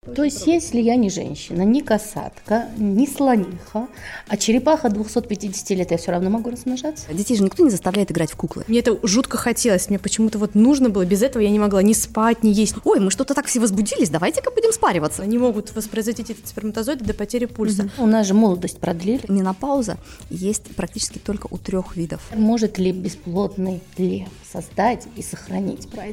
То есть, если я не женщина, не касатка, не слониха, а черепаха 250 лет, я все равно могу размножаться? Детей же никто не заставляет играть в куклы. Мне это жутко хотелось, мне почему-то вот нужно было, без этого я не могла ни спать, ни есть. Ой, мы что-то так все возбудились, давайте-ка будем спариваться. Они могут воспроизводить эти сперматозоиды до потери пульса. У нас же молодость продлили. Менопауза есть практически только у 3 видов. Может ли бесплодный лев создать и сохранить прайд?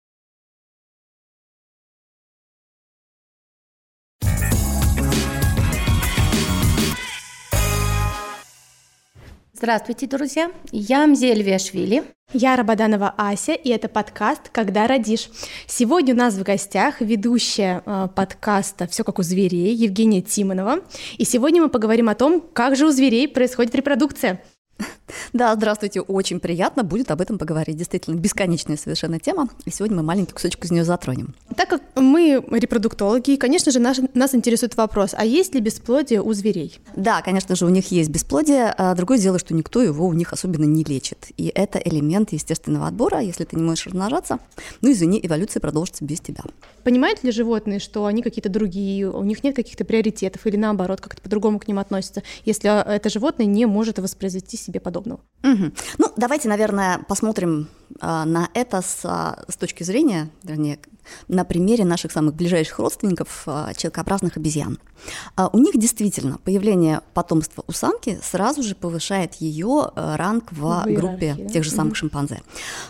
Здравствуйте, друзья! Я Мзия Эльвиашвили. Я Рабаданова Ася, и это подкаст «Когда родишь». Сегодня у нас в гостях ведущая подкаста «Все как у зверей» Евгения Тимонова. И сегодня мы поговорим о том, как же у зверей происходит репродукция. Да, здравствуйте, очень приятно будет об этом поговорить. Действительно, бесконечная совершенно тема, и сегодня мы маленький кусочек из нее затронем. Так как мы репродуктологи, конечно же, нас интересует вопрос, а есть ли бесплодие у зверей? Да, конечно же, у них есть бесплодие, а другое дело, что никто его у них особенно не лечит. И это элемент естественного отбора, если ты не можешь размножаться, ну извини, эволюция продолжится без тебя. Понимают ли животные, что они какие-то другие, у них нет каких-то приоритетов или наоборот, как-то по-другому к ним относятся, если это животное не может воспроизвести себе подобного? Угу. Ну, давайте, наверное, посмотрим на это с точки зрения, вернее, на примере наших самых ближайших родственников, человекообразных обезьян. У них действительно появление потомства у самки сразу же повышает ее ранг в группе тех же самых шимпанзе.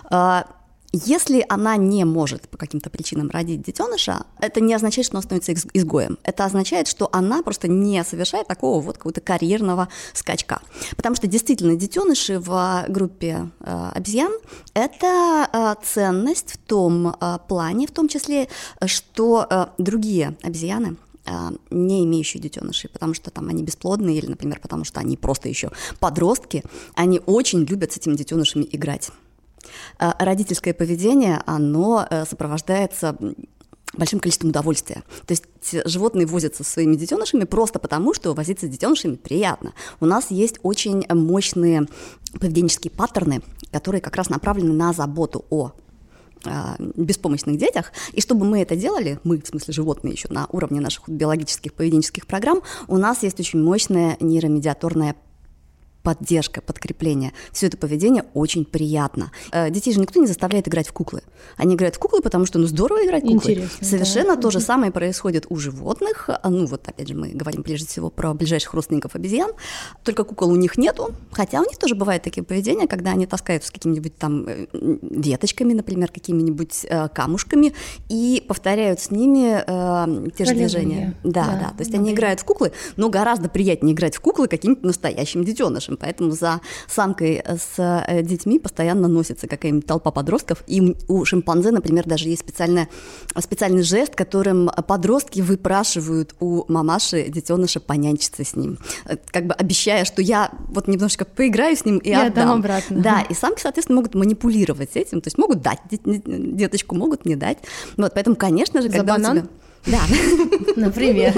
Если она не может по каким-то причинам родить детеныша, это не означает, что она становится изгоем. Это означает, что она просто не совершает такого вот какого-то карьерного скачка. Потому что действительно детеныши в группе обезьян – это ценность в том плане, в том числе, что другие обезьяны, не имеющие детенышей, потому что там они бесплодные или, например, потому что они просто еще подростки, они очень любят с этими детенышами играть. Родительское поведение, оно сопровождается большим количеством удовольствия. То есть животные возятся со своими детенышами просто потому, что возиться с детенышами приятно. У нас есть очень мощные поведенческие паттерны, которые как раз направлены на заботу о беспомощных детях, и чтобы мы это делали, мы, в смысле животные еще на уровне наших биологических поведенческих программ, у нас есть очень мощная нейромедиаторная поддержка, подкрепление. Все это поведение очень приятно. Детей же никто не заставляет играть в куклы. Они играют в куклы, потому что здорово играть в куклы. Интересно, совершенно да. То же самое происходит у животных. Ну вот опять же мы говорим прежде всего про ближайших родственников обезьян. Только кукол у них нету, хотя у них тоже бывает такие поведения, когда они таскаются с какими-нибудь там веточками, например, какими-нибудь камушками и повторяют с ними те же движения. Да. То есть они играют в куклы, но гораздо приятнее играть в куклы каким-то настоящим детенышем. Поэтому за самкой с детьми постоянно носится какая-нибудь толпа подростков. И у шимпанзе, например, даже есть специальный жест, которым подростки выпрашивают у мамаши детеныша понянчиться с ним, как бы обещая, что я вот немножечко поиграю с ним и я отдам. дам обратно. Да, и самки, соответственно, могут манипулировать этим, то есть могут дать деточку, могут не дать. Вот, поэтому, конечно же, когда банан? у тебя... Да, Например.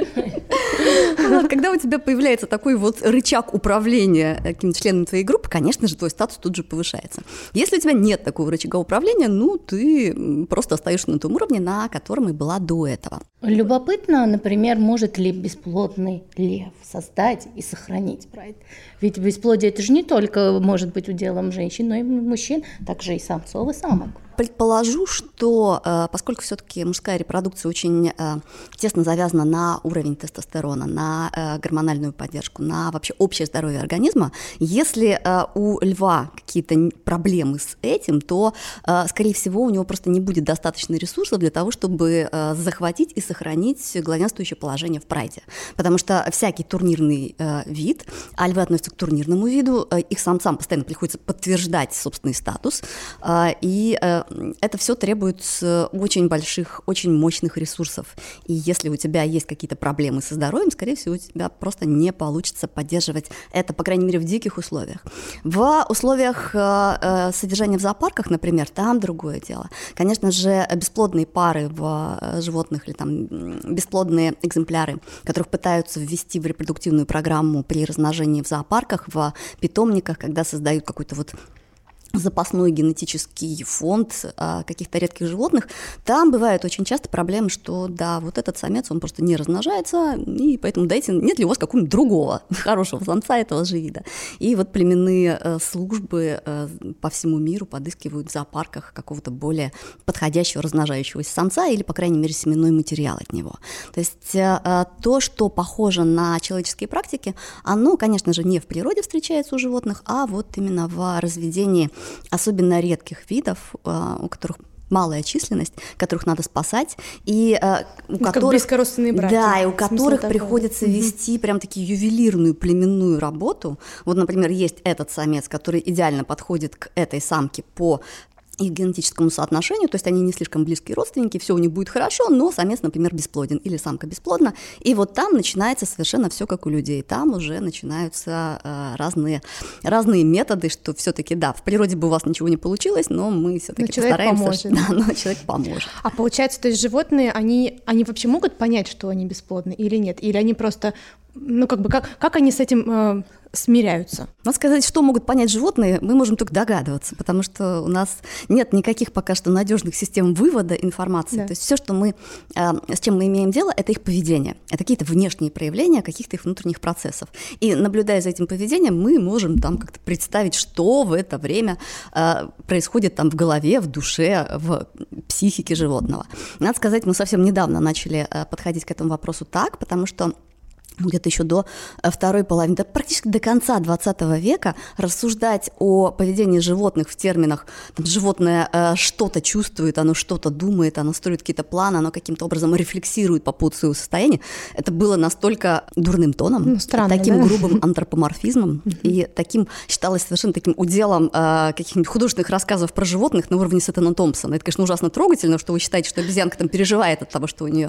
Когда у тебя появляется такой вот рычаг управления каким-то членом твоей группы, конечно же, твой статус тут же повышается. Если у тебя нет такого рычага управления, ну, ты просто остаешься на том уровне, на котором и была до этого. Любопытно, например, может ли бесплодный лев создать и сохранить прайд? Ведь бесплодие это же не только может быть уделом женщин, но и мужчин, также и самцов и самок. Предположу, что поскольку все-таки мужская репродукция очень тесно завязана на уровень тестостерона, на гормональную поддержку, на вообще общее здоровье организма, если у льва какие-то проблемы с этим, то, скорее всего, у него просто не будет достаточно ресурсов для того, чтобы захватить и сохранить главенствующее положение в прайде. Потому что всякий турнирный вид, а львы относятся к турнирному виду, их самцам постоянно приходится подтверждать собственный статус, и это все требует очень больших, очень мощных ресурсов. И если у тебя есть какие-то проблемы со здоровьем, скорее всего, у тебя просто не получится поддерживать это, по крайней мере, в диких условиях. В условиях содержания в зоопарках, например, там другое дело. Конечно же, бесплодные пары в животных или там бесплодные экземпляры, которых пытаются ввести в репродуктивную программу при размножении в зоопарках, в питомниках, когда создают какой-то вот запасной генетический фонд каких-то редких животных, там бывают очень часто проблемы, что да, вот этот самец, он просто не размножается, и поэтому дайте, нет ли у вас какого-нибудь другого хорошего самца этого же вида. И вот племенные службы по всему миру подыскивают в зоопарках какого-то более подходящего размножающегося самца или, по крайней мере, семенной материал от него. То есть то, что похоже на человеческие практики, оно, конечно же, не в природе встречается у животных, а вот именно в разведении особенно редких видов, у которых малая численность, которых надо спасать, и у которых, как близкородственные братья. Да, и у которых приходится вести прям такие ювелирную племенную работу. Вот, например, есть этот самец, который идеально подходит к этой самке по их генетическому соотношению, то есть они не слишком близкие родственники, все у них будет хорошо, но самец, например, бесплоден или самка бесплодна, и вот там начинается совершенно все как у людей, там уже начинаются разные методы, что все-таки да, в природе бы у вас ничего не получилось, но мы все-таки постараемся, но человек поможет. А получается, то есть животные, они вообще могут понять, что они бесплодны или нет, или они просто, ну как бы как они с этим смиряются? Надо сказать, что могут понять животные, мы можем только догадываться, потому что у нас нет никаких пока что надежных систем вывода информации. Да. То есть все, что с чем мы имеем дело, это их поведение, это какие-то внешние проявления каких-то их внутренних процессов. И наблюдая за этим поведением, мы можем там как-то представить, что в это время происходит там в голове, в душе, в психике животного. Надо сказать, мы совсем недавно начали подходить к этому вопросу так, потому что где-то еще до второй половины, да, практически до конца 20 века рассуждать о поведении животных в терминах там, животное что-то чувствует, оно что-то думает, оно строит какие-то планы, оно каким-то образом рефлексирует по поводу своего состояния, это было настолько дурным тоном, таким грубым антропоморфизмом, и таким считалось совершенно таким уделом каких-нибудь художественных рассказов про животных на уровне Сеттона Томпсона. Это, конечно, ужасно трогательно, что вы считаете, что обезьянка там переживает от того, что у нее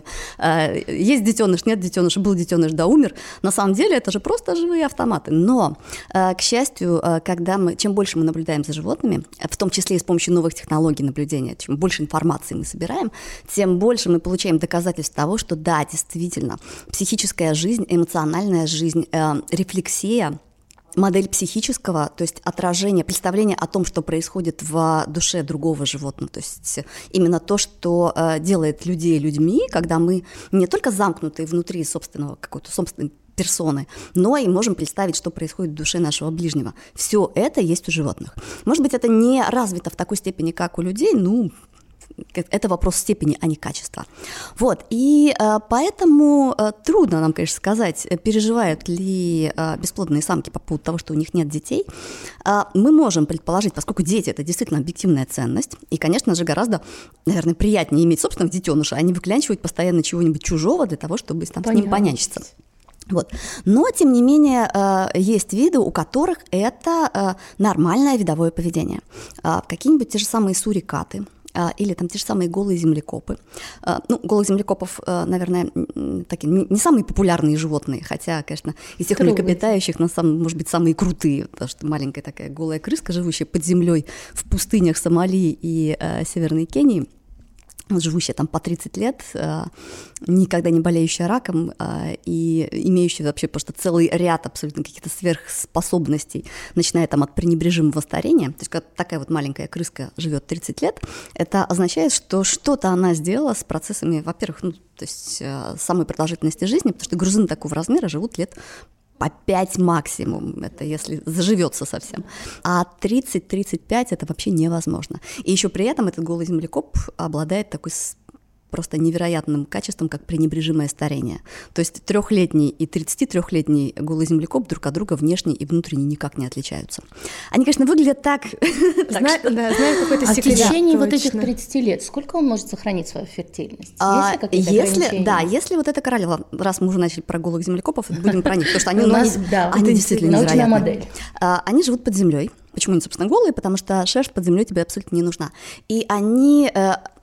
есть детеныш, нет детеныша, был детеныш, да, умер. На самом деле это же просто живые автоматы. Но, к счастью, чем больше мы наблюдаем за животными, в том числе и с помощью новых технологий наблюдения, чем больше информации мы собираем, тем больше мы получаем доказательств того, что да, действительно, психическая жизнь, эмоциональная жизнь, рефлексия, модель психического, то есть отражение, представление о том, что происходит в душе другого животного, то есть именно то, что делает людей людьми, когда мы не только замкнуты внутри собственной персоны, но и можем представить, что происходит в душе нашего ближнего. Все это есть у животных. Может быть, это не развито в такой степени, как у людей, это вопрос степени, а не качества. Вот, и поэтому трудно нам, конечно, сказать, переживают ли бесплодные самки по поводу того, что у них нет детей. Мы можем предположить, поскольку дети – это действительно объективная ценность, и, конечно же, гораздо, наверное, приятнее иметь собственного детеныша, а не выклянчивать постоянно чего-нибудь чужого для того, чтобы там, с ним понянчиться. Вот. Но, тем не менее, есть виды, у которых это нормальное видовое поведение. Какие-нибудь те же самые сурикаты, или там те же самые голые землекопы. Голых землекопов, наверное, такие не самые популярные животные, хотя, конечно, из тех млекопитающих, может быть, самые крутые, потому что маленькая такая голая крыска, живущая под землей в пустынях Сомали и Северной Кении, живущая там по 30 лет, никогда не болеющая раком и имеющая вообще просто целый ряд абсолютно каких-то сверхспособностей, начиная там от пренебрежимого старения. То есть когда такая вот маленькая крыска живет 30 лет, это означает, что что-то она сделала с процессами, во-первых, то есть самой продолжительности жизни, потому что грузины такого размера живут лет по 5 максимум, это если заживется совсем. А 30-35 это вообще невозможно. И еще при этом этот голый землекоп обладает такой просто невероятным качеством, как пренебрежимое старение. То есть 3-летний и 33-летний голый землекоп друг от друга внешне и внутренне никак не отличаются. Они, конечно, выглядят так. Знаю какой-то секрет. В течение вот этих 30 лет сколько он может сохранить свою фертильность? Есть ли какие-то ограничения? Да, если вот эта королева, раз мы уже начали про голых землекопов, будем про них, потому что они действительно невероятные. Модель. Они живут под землей. Почему они, собственно, голые? Потому что шерсть под землей тебе абсолютно не нужна. И они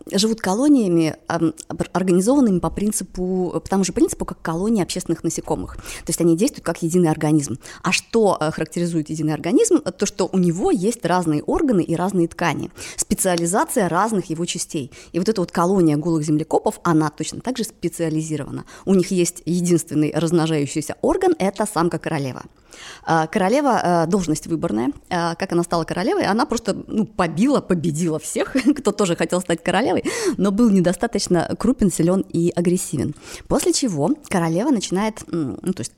живут колониями, организованными по тому же принципу, как колонии общественных насекомых. То есть они действуют как единый организм. А что характеризует единый организм? То, что у него есть разные органы и разные ткани, специализация разных его частей. И вот эта вот колония голых землекопов, она точно так же специализирована. У них есть единственный размножающийся орган – это самка-королева. Королева – должность выборная. Как она стала королевой? Она просто победила всех, кто тоже хотел стать королевой, но был недостаточно крупен, силен и агрессивен. После чего королева начинает, то есть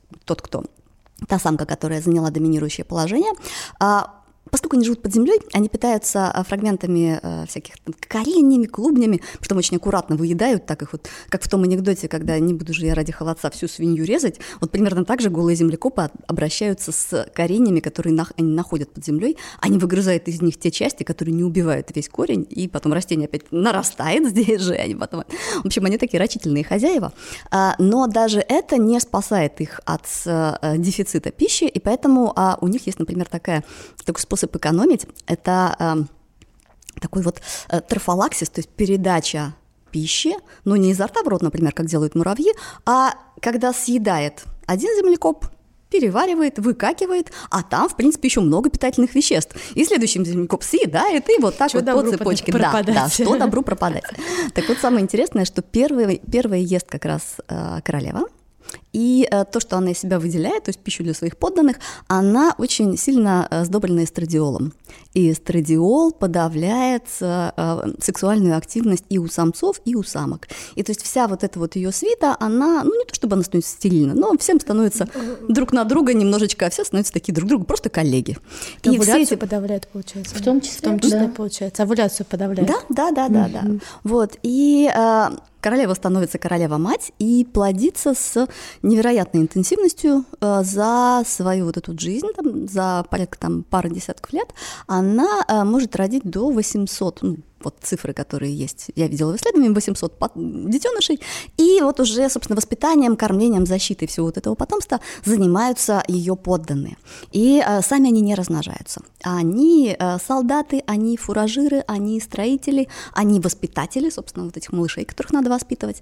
та самка, которая заняла доминирующее положение, поскольку они живут под землей, они питаются фрагментами всяких кореньями, клубнями, потом очень аккуратно выедают, так их вот, как в том анекдоте, когда не буду же я ради холодца всю свинью резать, вот примерно так же голые землекопы обращаются с кореньями, которые они находят под землей, они выгрызают из них те части, которые не убивают весь корень, и потом растение опять нарастает здесь же, они потом... В общем, они такие рачительные хозяева, но даже это не спасает их от дефицита пищи, и поэтому у них есть, например, такой способ экономить, это такой вот трофалаксис, то есть передача пищи, но не изо рта в рот, например, как делают муравьи, а когда съедает один землекоп, переваривает, выкакивает, а там, в принципе, еще много питательных веществ. И следующий землекоп съедает, и вот так вот по цепочке. Да, что добру пропадать. Так вот, самое интересное, что первая ест как раз королева, и то, что она из себя выделяет, то есть пищу для своих подданных, она очень сильно сдобрена эстрадиолом. И эстрадиол подавляет сексуальную активность и у самцов, и у самок. И то есть вся вот эта вот ее свита, она, не то чтобы она становится стерильна, но всем становится друг на друга немножечко, все становятся такие друг другу, просто коллеги. И овуляцию подавляет, получается. В том числе, да. Получается. Овуляцию подавляет. Да. Вот. И королева становится королева-мать и плодится с невероятной интенсивностью за свою вот эту жизнь, за порядка пары десятков лет, она может родить до 800, вот цифры, которые есть, я видела в исследовании, 800 детенышей, и вот уже, собственно, воспитанием, кормлением, защитой всего вот этого потомства занимаются ее подданные. И сами они не размножаются. Они солдаты, они фуражиры, они строители, они воспитатели, собственно, вот этих малышей, которых надо воспитывать.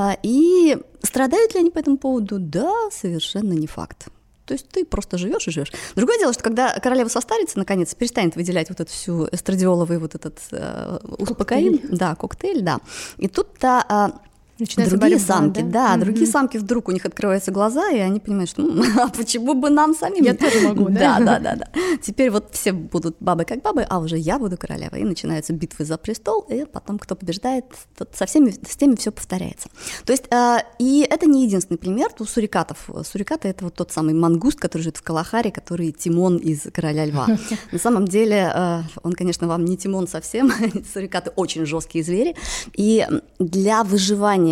И страдают ли они по этому поводу? Да, совершенно не факт. То есть ты просто живешь и живешь. Другое дело, что когда королева состарится, наконец, перестанет выделять вот эту всю эстрадиоловый вот этот успокоитель, коктейль, и тут-то другие самки, другие самки вдруг у них открываются глаза, и они понимают, что почему бы нам самим? Я тоже могу, да? Да. Теперь вот все будут бабы как бабы, а уже я буду королевой. И начинаются битвы за престол, и потом кто побеждает, тот с теми все повторяется. То есть, и это не единственный пример у сурикатов. Сурикаты — это вот тот самый мангуст, который живет в Калахаре, который Тимон из «Короля льва». На самом деле, он, конечно, вам не Тимон совсем, сурикаты очень жесткие звери, и для выживания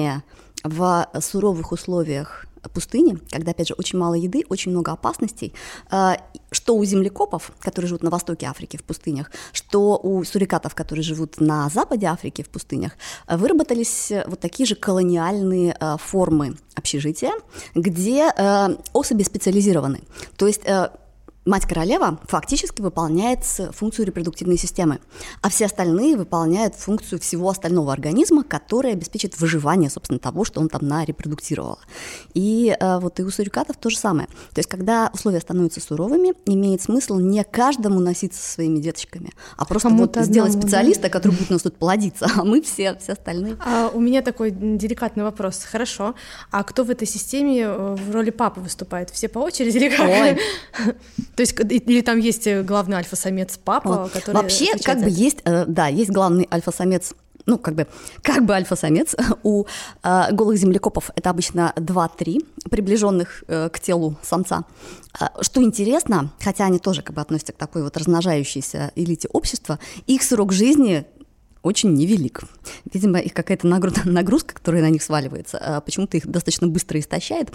в суровых условиях пустыни, когда, опять же, очень мало еды, очень много опасностей, что у землекопов, которые живут на востоке Африки в пустынях, что у сурикатов, которые живут на западе Африки в пустынях, выработались вот такие же колониальные формы общежития, где особи специализированы. То есть мать-королева фактически выполняет функцию репродуктивной системы, а все остальные выполняют функцию всего остального организма, который обеспечит выживание, собственно, того, что он там нарепродуктировал. И вот и у сурикатов то же самое. То есть когда условия становятся суровыми, имеет смысл не каждому носиться со своими деточками, а просто вот сделать специалиста, который будет у нас тут плодиться, а мы все остальные. У меня такой деликатный вопрос. Хорошо, а кто в этой системе в роли папы выступает? Все по очереди или как? То есть, или там есть главный альфа-самец папа, который... Вообще, как бы есть главный альфа-самец, как бы альфа-самец. У голых землекопов это обычно 2-3 приближенных к телу самца. Что интересно, хотя они тоже как бы относятся к такой вот размножающейся элите общества, их срок жизни очень невелик. Видимо, их какая-то нагрузка, которая на них сваливается, почему-то их достаточно быстро истощает,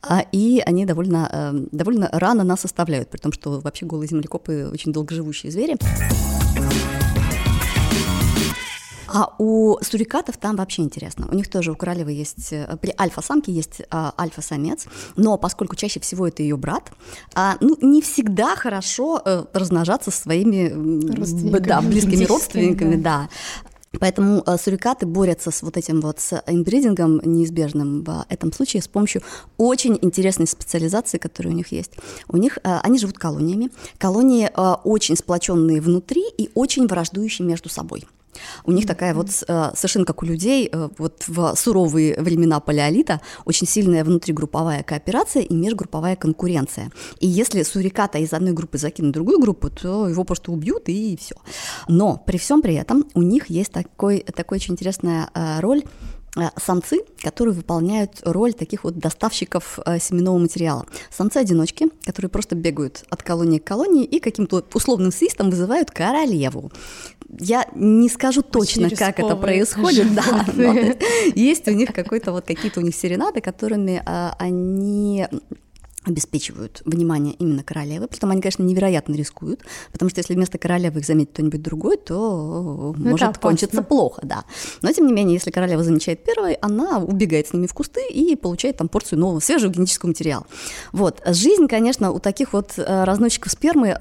и они довольно рано нас оставляют, при том, что вообще голые землекопы очень долгоживущие звери. А у сурикатов там вообще интересно. У них тоже, у королевы есть, при альфа-самке есть альфа-самец, но поскольку чаще всего это ее брат, не всегда хорошо размножаться со своими близкими родственниками. Да. Поэтому суррогаты борются с вот этим вот с инбридингом неизбежным в этом случае с помощью очень интересной специализации, которая у них есть. У них, они живут колониями. Колонии очень сплоченные внутри и очень враждующие между собой. У них такая вот, совершенно как у людей, вот в суровые времена палеолита, очень сильная внутригрупповая кооперация и межгрупповая конкуренция. И если суррогата из одной группы закинуть в другую группу, то его просто убьют и все. Но при всем при этом у них есть такой очень интересная роль. Самцы, которые выполняют роль таких вот доставщиков семенного материала. Самцы-одиночки, которые просто бегают от колонии к колонии и каким-то условным свистом вызывают королеву. Я не скажу точно, как это происходит, да, но есть у них какие-то у них серенады, которыми они обеспечивают внимание именно королевы, притом они, конечно, невероятно рискуют, потому что если вместо королевы их заметит кто-нибудь другой, то может кончиться плохо, да. Но, тем не менее, если королева замечает первой, она убегает с ними в кусты и получает там порцию нового, свежего генетического материала. Вот. Жизнь, конечно, у таких вот разносчиков спермы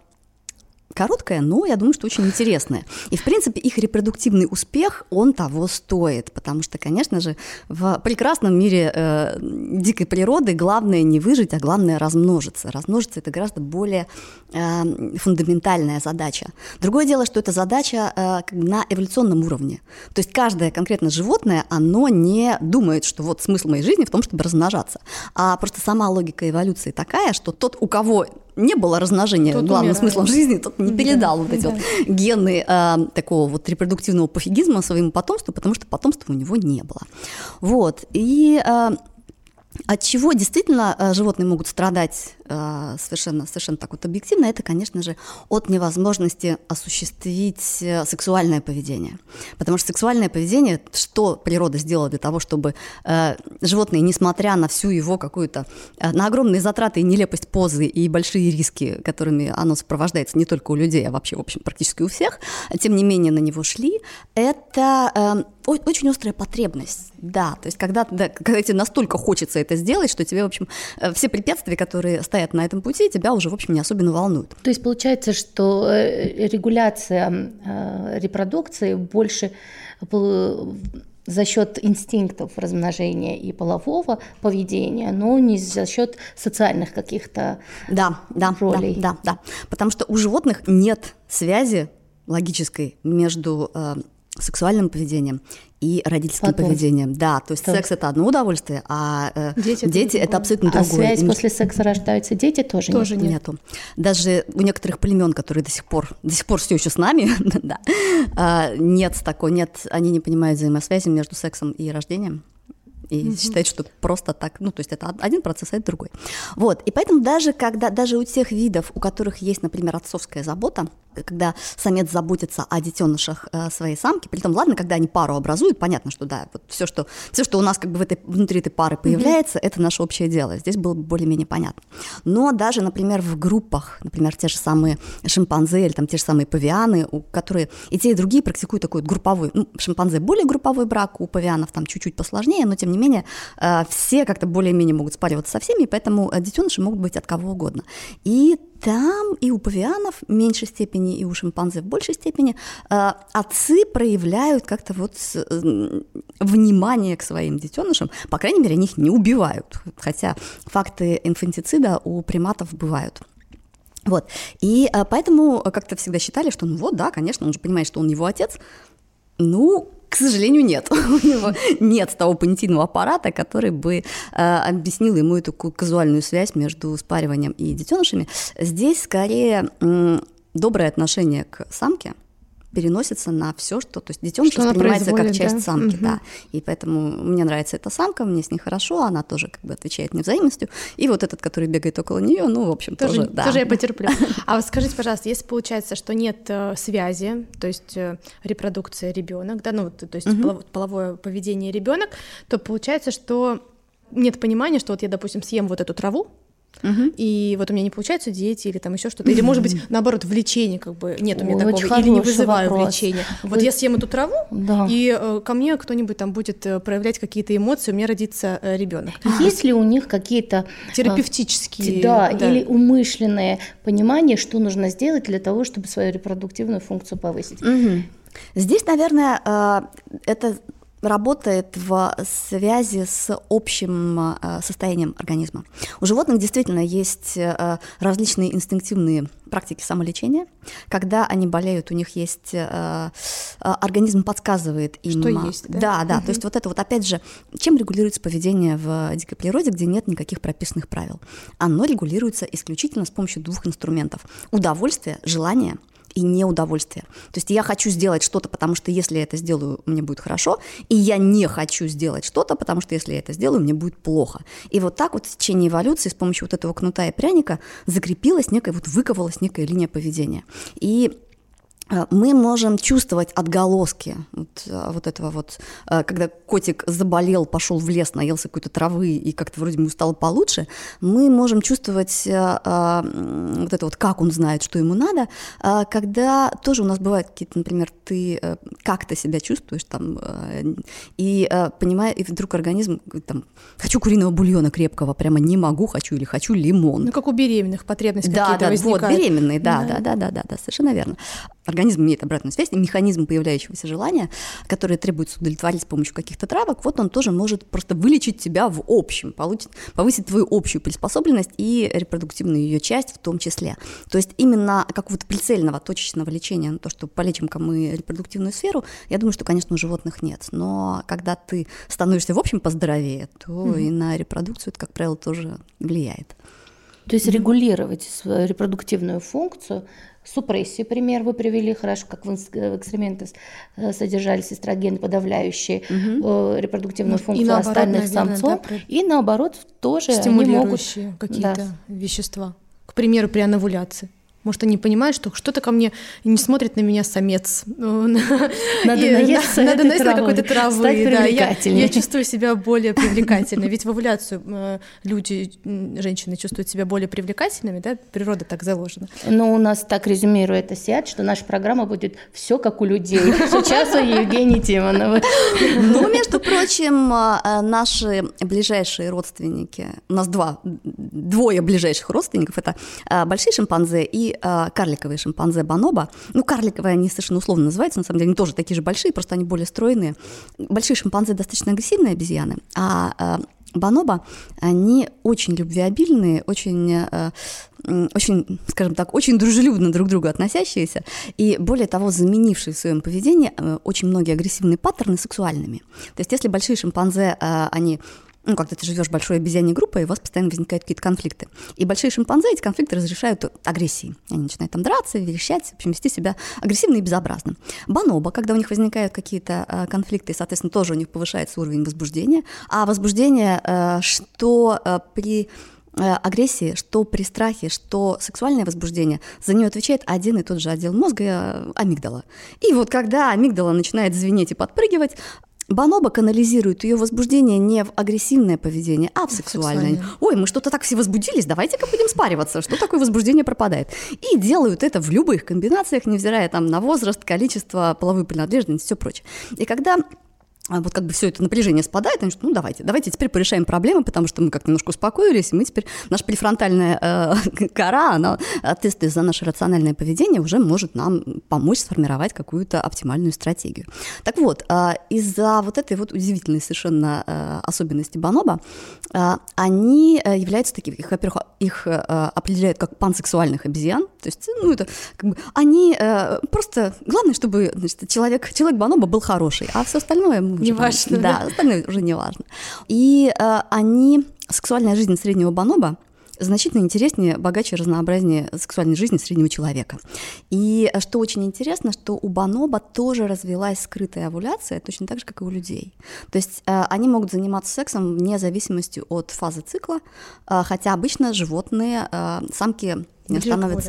короткая, но я думаю, что очень интересная. И, в принципе, их репродуктивный успех, он того стоит, потому что, конечно же, в прекрасном мире дикой природы главное не выжить, а главное размножиться. Размножиться – это гораздо более фундаментальная задача. Другое дело, что это задача на эволюционном уровне. То есть каждое конкретно животное, оно не думает, что вот смысл моей жизни в том, чтобы размножаться. А просто сама логика эволюции такая, что тот, у кого не было размножения главным смыслом жизни, тот не передал вот эти вот гены такого вот репродуктивного пофигизма своему потомству, потому что потомства у него не было. Вот. И от чего действительно животные могут страдать совершенно так вот объективно, это, конечно же, от невозможности осуществить сексуальное поведение. Потому что сексуальное поведение, что природа сделала для того, чтобы животное, несмотря на всю его какую-то, на огромные затраты и нелепость позы и большие риски, которыми оно сопровождается не только у людей, а вообще, в общем, практически у всех, тем не менее на него шли, это очень острая потребность, да, то есть когда тебе настолько хочется это сделать, что тебе, в общем, все препятствия, которые стоят на этом пути, тебя уже, в общем, не особенно волнуют. То есть получается, что регуляция репродукции больше за счет инстинктов размножения и полового поведения, но не за счет социальных каких-то ролей. Да, потому что у животных нет связи логической между сексуальным поведением и родительским поведением. Да, то есть секс – это одно удовольствие, а дети – это абсолютно другое. А связь после секса рождаются дети тоже нету. Даже у некоторых племен, которые до сих пор все еще с нами, нет, они не понимают взаимосвязи между сексом и рождением. И считают, что просто так, то есть это один процесс, а это другой. Вот, и поэтому даже у тех видов, у которых есть, например, отцовская забота, когда самец заботится о детенышах своей самки, при этом, ладно, когда они пару образуют, понятно, что да, вот все, что у нас как бы внутри этой пары появляется, это наше общее дело, здесь было бы более-менее понятно. Но даже, например, в группах, например, те же самые шимпанзе или там те же самые павианы, которые и те, и другие практикуют такой групповой, шимпанзе более групповой брак, у павианов там чуть-чуть посложнее, но тем не менее все как-то более-менее могут спариваться со всеми, поэтому детеныши могут быть от кого угодно. И там и у павианов в меньшей степени, и у шимпанзе в большей степени отцы проявляют как-то вот внимание к своим детенышам, по крайней мере, они их не убивают, хотя факты инфантицида у приматов бывают. Вот. И поэтому как-то всегда считали, что да, конечно, он же понимает, что он его отец, к сожалению, нет. У него нет того понятийного аппарата, который бы объяснил ему эту казуальную связь между спариванием и детенышами. Здесь скорее доброе отношение к самке переносится на все, то есть детеныш воспринимается как часть самки, да. И поэтому мне нравится эта самка, мне с ней хорошо, она тоже как бы отвечает мне взаимностью. И вот этот, который бегает около нее, в общем, тоже да. Тоже я потерплю. А вот скажите, пожалуйста, если получается, что нет связи, то есть репродукция ребенок, да, то есть половое поведение ребенок, то получается, что нет понимания, что вот я, допустим, съем вот эту траву, и вот у меня не получаются дети или там еще что-то, или, может быть, наоборот, влечение как бы нет у меня такого, или не вызываю влечения. Вот я съем эту траву, и ко мне кто-нибудь там будет проявлять какие-то эмоции, у меня родится ребенок. Есть ли у них какие-то терапевтические, или умышленное понимание, что нужно сделать для того, чтобы свою репродуктивную функцию повысить? Здесь, наверное, это работает в связи с общим состоянием организма. У животных действительно есть различные инстинктивные практики самолечения. Когда они болеют, у них есть организм подсказывает им. Что есть, да? Да. То есть вот это вот опять же, чем регулируется поведение в дикой природе, где нет никаких прописанных правил? Оно регулируется исключительно с помощью двух инструментов: удовольствие, желание и неудовольствие. То есть я хочу сделать что-то, потому что если я это сделаю, мне будет хорошо, и я не хочу сделать что-то, потому что если я это сделаю, мне будет плохо. И вот так вот в течение эволюции с помощью вот этого кнута и пряника закрепилась некая, вот выковалась некая линия поведения. И мы можем чувствовать отголоски вот этого вот, когда котик заболел, пошел в лес, наелся какой-то травы и как-то вроде ему стало получше, мы можем чувствовать вот это вот, как он знает, что ему надо, когда тоже у нас бывают какие-то, например, ты как-то себя чувствуешь там, и понимаешь, и вдруг организм говорит, там, хочу куриного бульона крепкого, прямо не могу, хочу, или хочу лимон. Ну, как у беременных потребности какие-то возникают. Вот, беременные, да, совершенно верно. Организм имеет обратную связь, и механизм появляющегося желания, который требуется удовлетворить с помощью каких-то травок, вот он тоже может просто вылечить тебя в общем, повысить твою общую приспособленность и репродуктивную ее часть в том числе. То есть именно какого-то прицельного, точечного лечения на то, что полечим-ка мы репродуктивную сферу, я думаю, что, конечно, у животных нет. Но когда ты становишься в общем поздоровее, то и на репродукцию это, как правило, тоже влияет. То есть регулировать свою репродуктивную функцию, супрессию, пример вы привели, хорошо, как в экспериментах содержались эстрогены, подавляющие репродуктивную функцию наоборот, остальных наверное, самцов, да, и наоборот тоже стимулирующие они могут, какие-то вещества. К примеру, при анавуляции. Может, они понимают, что что-то ко мне не смотрит на меня самец. Надо наесться на какой-то травы. Стать привлекательнее. Я чувствую себя более привлекательной. Ведь в овуляцию люди, женщины чувствуют себя более привлекательными, да? Природа так заложена. Но у нас так резюмирует Асиат, что наша программа будет все как у людей. Сейчас у Евгении Тимоновой. Ну, между прочим, наши ближайшие родственники, у нас двое ближайших родственников, это большие шимпанзе и карликовые шимпанзе бонобо. Ну, карликовые они совершенно условно называются, на самом деле они тоже такие же большие, просто они более стройные. Большие шимпанзе достаточно агрессивные обезьяны, а бонобо, они очень любвеобильные, очень, скажем так, очень дружелюбно друг к другу относящиеся, и более того, заменившие в своем поведении очень многие агрессивные паттерны сексуальными. То есть если большие шимпанзе, они... Ну, когда ты живешь в большой обезьяньей группой, у вас постоянно возникают какие-то конфликты. И большие шимпанзе эти конфликты разрешают агрессией. Они начинают там драться, верещать, в общем, вести себя агрессивно и безобразно. Бонобо, когда у них возникают какие-то конфликты, соответственно, тоже у них повышается уровень возбуждения. А возбуждение, что при агрессии, что при страхе, что сексуальное возбуждение, за нее отвечает один и тот же отдел мозга, амигдала. И вот когда амигдала начинает звенеть и подпрыгивать, бонобо канализирует ее возбуждение не в агрессивное поведение, а в сексуальное. Ой, мы что-то так все возбудились, давайте-ка будем спариваться, что такое возбуждение пропадает. И делают это в любых комбинациях, невзирая там на возраст, количество, половую принадлежность и все прочее. И когда вот как бы все это напряжение спадает, они говорят, ну давайте теперь порешаем проблемы, потому что мы как-то немножко успокоились, и мы теперь, наша префронтальная кора, она, ответственная за наше рациональное поведение, уже может нам помочь сформировать какую-то оптимальную стратегию. Так вот, из-за вот этой вот удивительной совершенно особенности бонобо, они являются такими, во-первых, их определяют как пансексуальных обезьян, то есть, ну это как бы, они просто, главное, чтобы, значит, человек бонобо был хороший, а все остальное не важно. Да, остальное уже не важно. И сексуальная жизнь среднего бонобо значительно интереснее, богаче, разнообразнее сексуальной жизни среднего человека. И что очень интересно, что у бонобо тоже развилась скрытая овуляция, точно так же, как и у людей. То есть они могут заниматься сексом вне зависимости от фазы цикла, хотя обычно животные, самки становятся,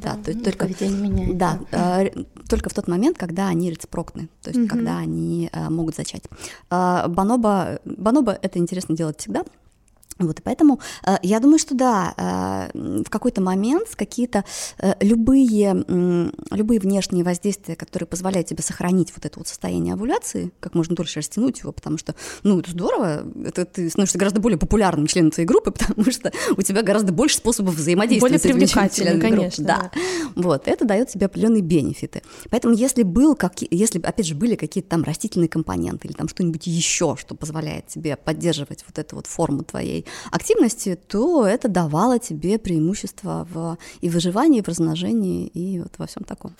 только в тот момент, когда они рецепроктны, то есть когда они могут зачать. Бонобо это интересно делать всегда. Вот, и поэтому я думаю, что да, в какой-то момент какие-то любые внешние воздействия, которые позволяют тебе сохранить вот это вот состояние овуляции, как можно дольше растянуть его, потому что, это здорово, ты становишься гораздо более популярным членом твоей группы, потому что у тебя гораздо больше способов взаимодействия с этими членами конечно, группы. Да. Вот, это дает тебе определенные бенефиты. Поэтому если опять же, были какие-то там растительные компоненты или там что-нибудь еще, что позволяет тебе поддерживать вот эту вот форму твоей активности, то это давало тебе преимущество и в выживании, и в размножении, и вот во всем таком.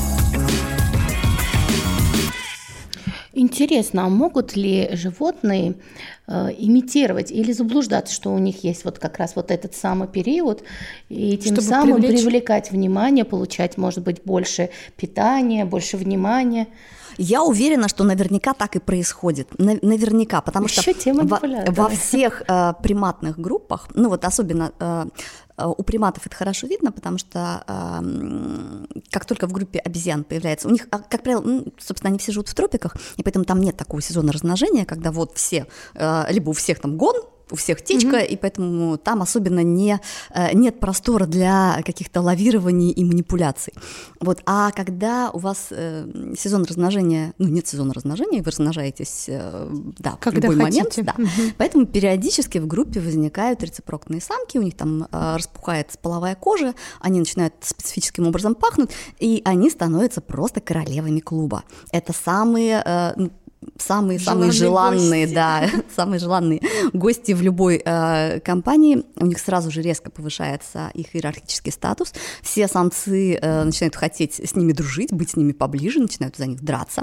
Интересно, а могут ли животные имитировать или заблуждаться, что у них есть вот как раз вот этот самый период, и тем чтобы самым привлекать внимание, получать, может быть, больше питания, больше внимания? Я уверена, что наверняка так и происходит. Наверняка, потому еще что во всех приматных группах, особенно у приматов это хорошо видно, потому что как только в группе обезьян появляется, у них, как правило, собственно, они все живут в тропиках, и поэтому там нет такого сезона размножения, когда вот все, либо у всех там гон, у всех течка, и поэтому там особенно нет простора для каких-то лавирований и манипуляций. Вот. А когда у вас сезон размножения, нет сезона размножения, вы размножаетесь в любой момент. Да. Поэтому периодически в группе возникают рецепроктные самки, у них там распухает половая кожа, они начинают специфическим образом пахнуть, и они становятся просто королевами клуба. Это самые желанные, самые желанные гости в любой компании. У них сразу же резко повышается их иерархический статус. Все самцы начинают хотеть с ними дружить, быть с ними поближе, начинают за них драться.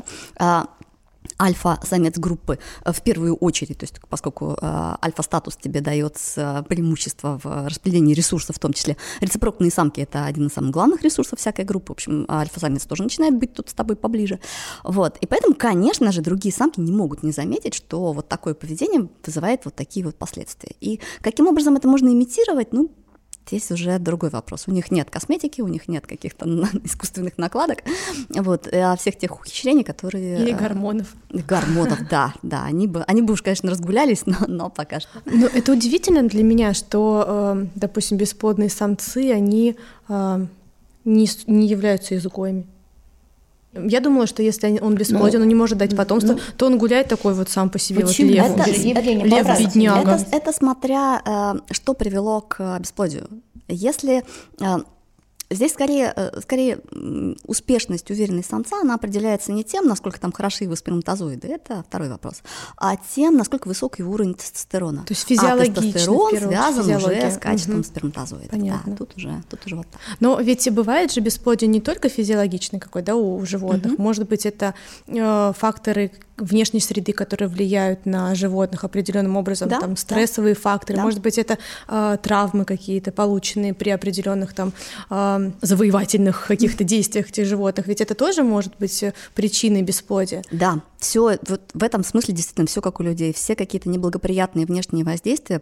Альфа-самец группы в первую очередь, то есть поскольку альфа-статус тебе дает преимущество в распределении ресурсов, в том числе рецепроктные самки – это один из самых главных ресурсов всякой группы, в общем, альфа-самец тоже начинает быть тут с тобой поближе. Вот. И поэтому, конечно же, другие самки не могут не заметить, что вот такое поведение вызывает вот такие вот последствия. И каким образом это можно имитировать, здесь уже другой вопрос. У них нет косметики, у них нет каких-то искусственных накладок, а всех тех ухищрений, которые… Или гормонов. Гормонов, да. Они бы уж, конечно, разгулялись, но пока что. Но это удивительно для меня, что, допустим, бесплодные самцы, они не являются изгоями. Я думала, что если он бесплоден, он не может дать потомство, то он гуляет такой вот сам по себе, почему? Вот лев-бедняга. Это смотря, что привело к бесплодию. Если… Здесь скорее успешность, уверенность самца, она определяется не тем, насколько там хороши его сперматозоиды, это второй вопрос, а тем, насколько высок его уровень тестостерона. То есть физиологично. А тестостерон связан уже с качеством сперматозоидов. Понятно. Да, тут уже вот так. Но ведь бывает же бесплодие не только физиологичный какой, да, у животных. Может быть, это факторы внешней среды, которые влияют на животных определенным образом, там стрессовые факторы, может быть, это травмы какие-то, полученные при определенных там завоевательных каких-то действиях этих животных, ведь это тоже может быть причиной бесплодия. Да, все вот в этом смысле действительно все как у людей, все какие-то неблагоприятные внешние воздействия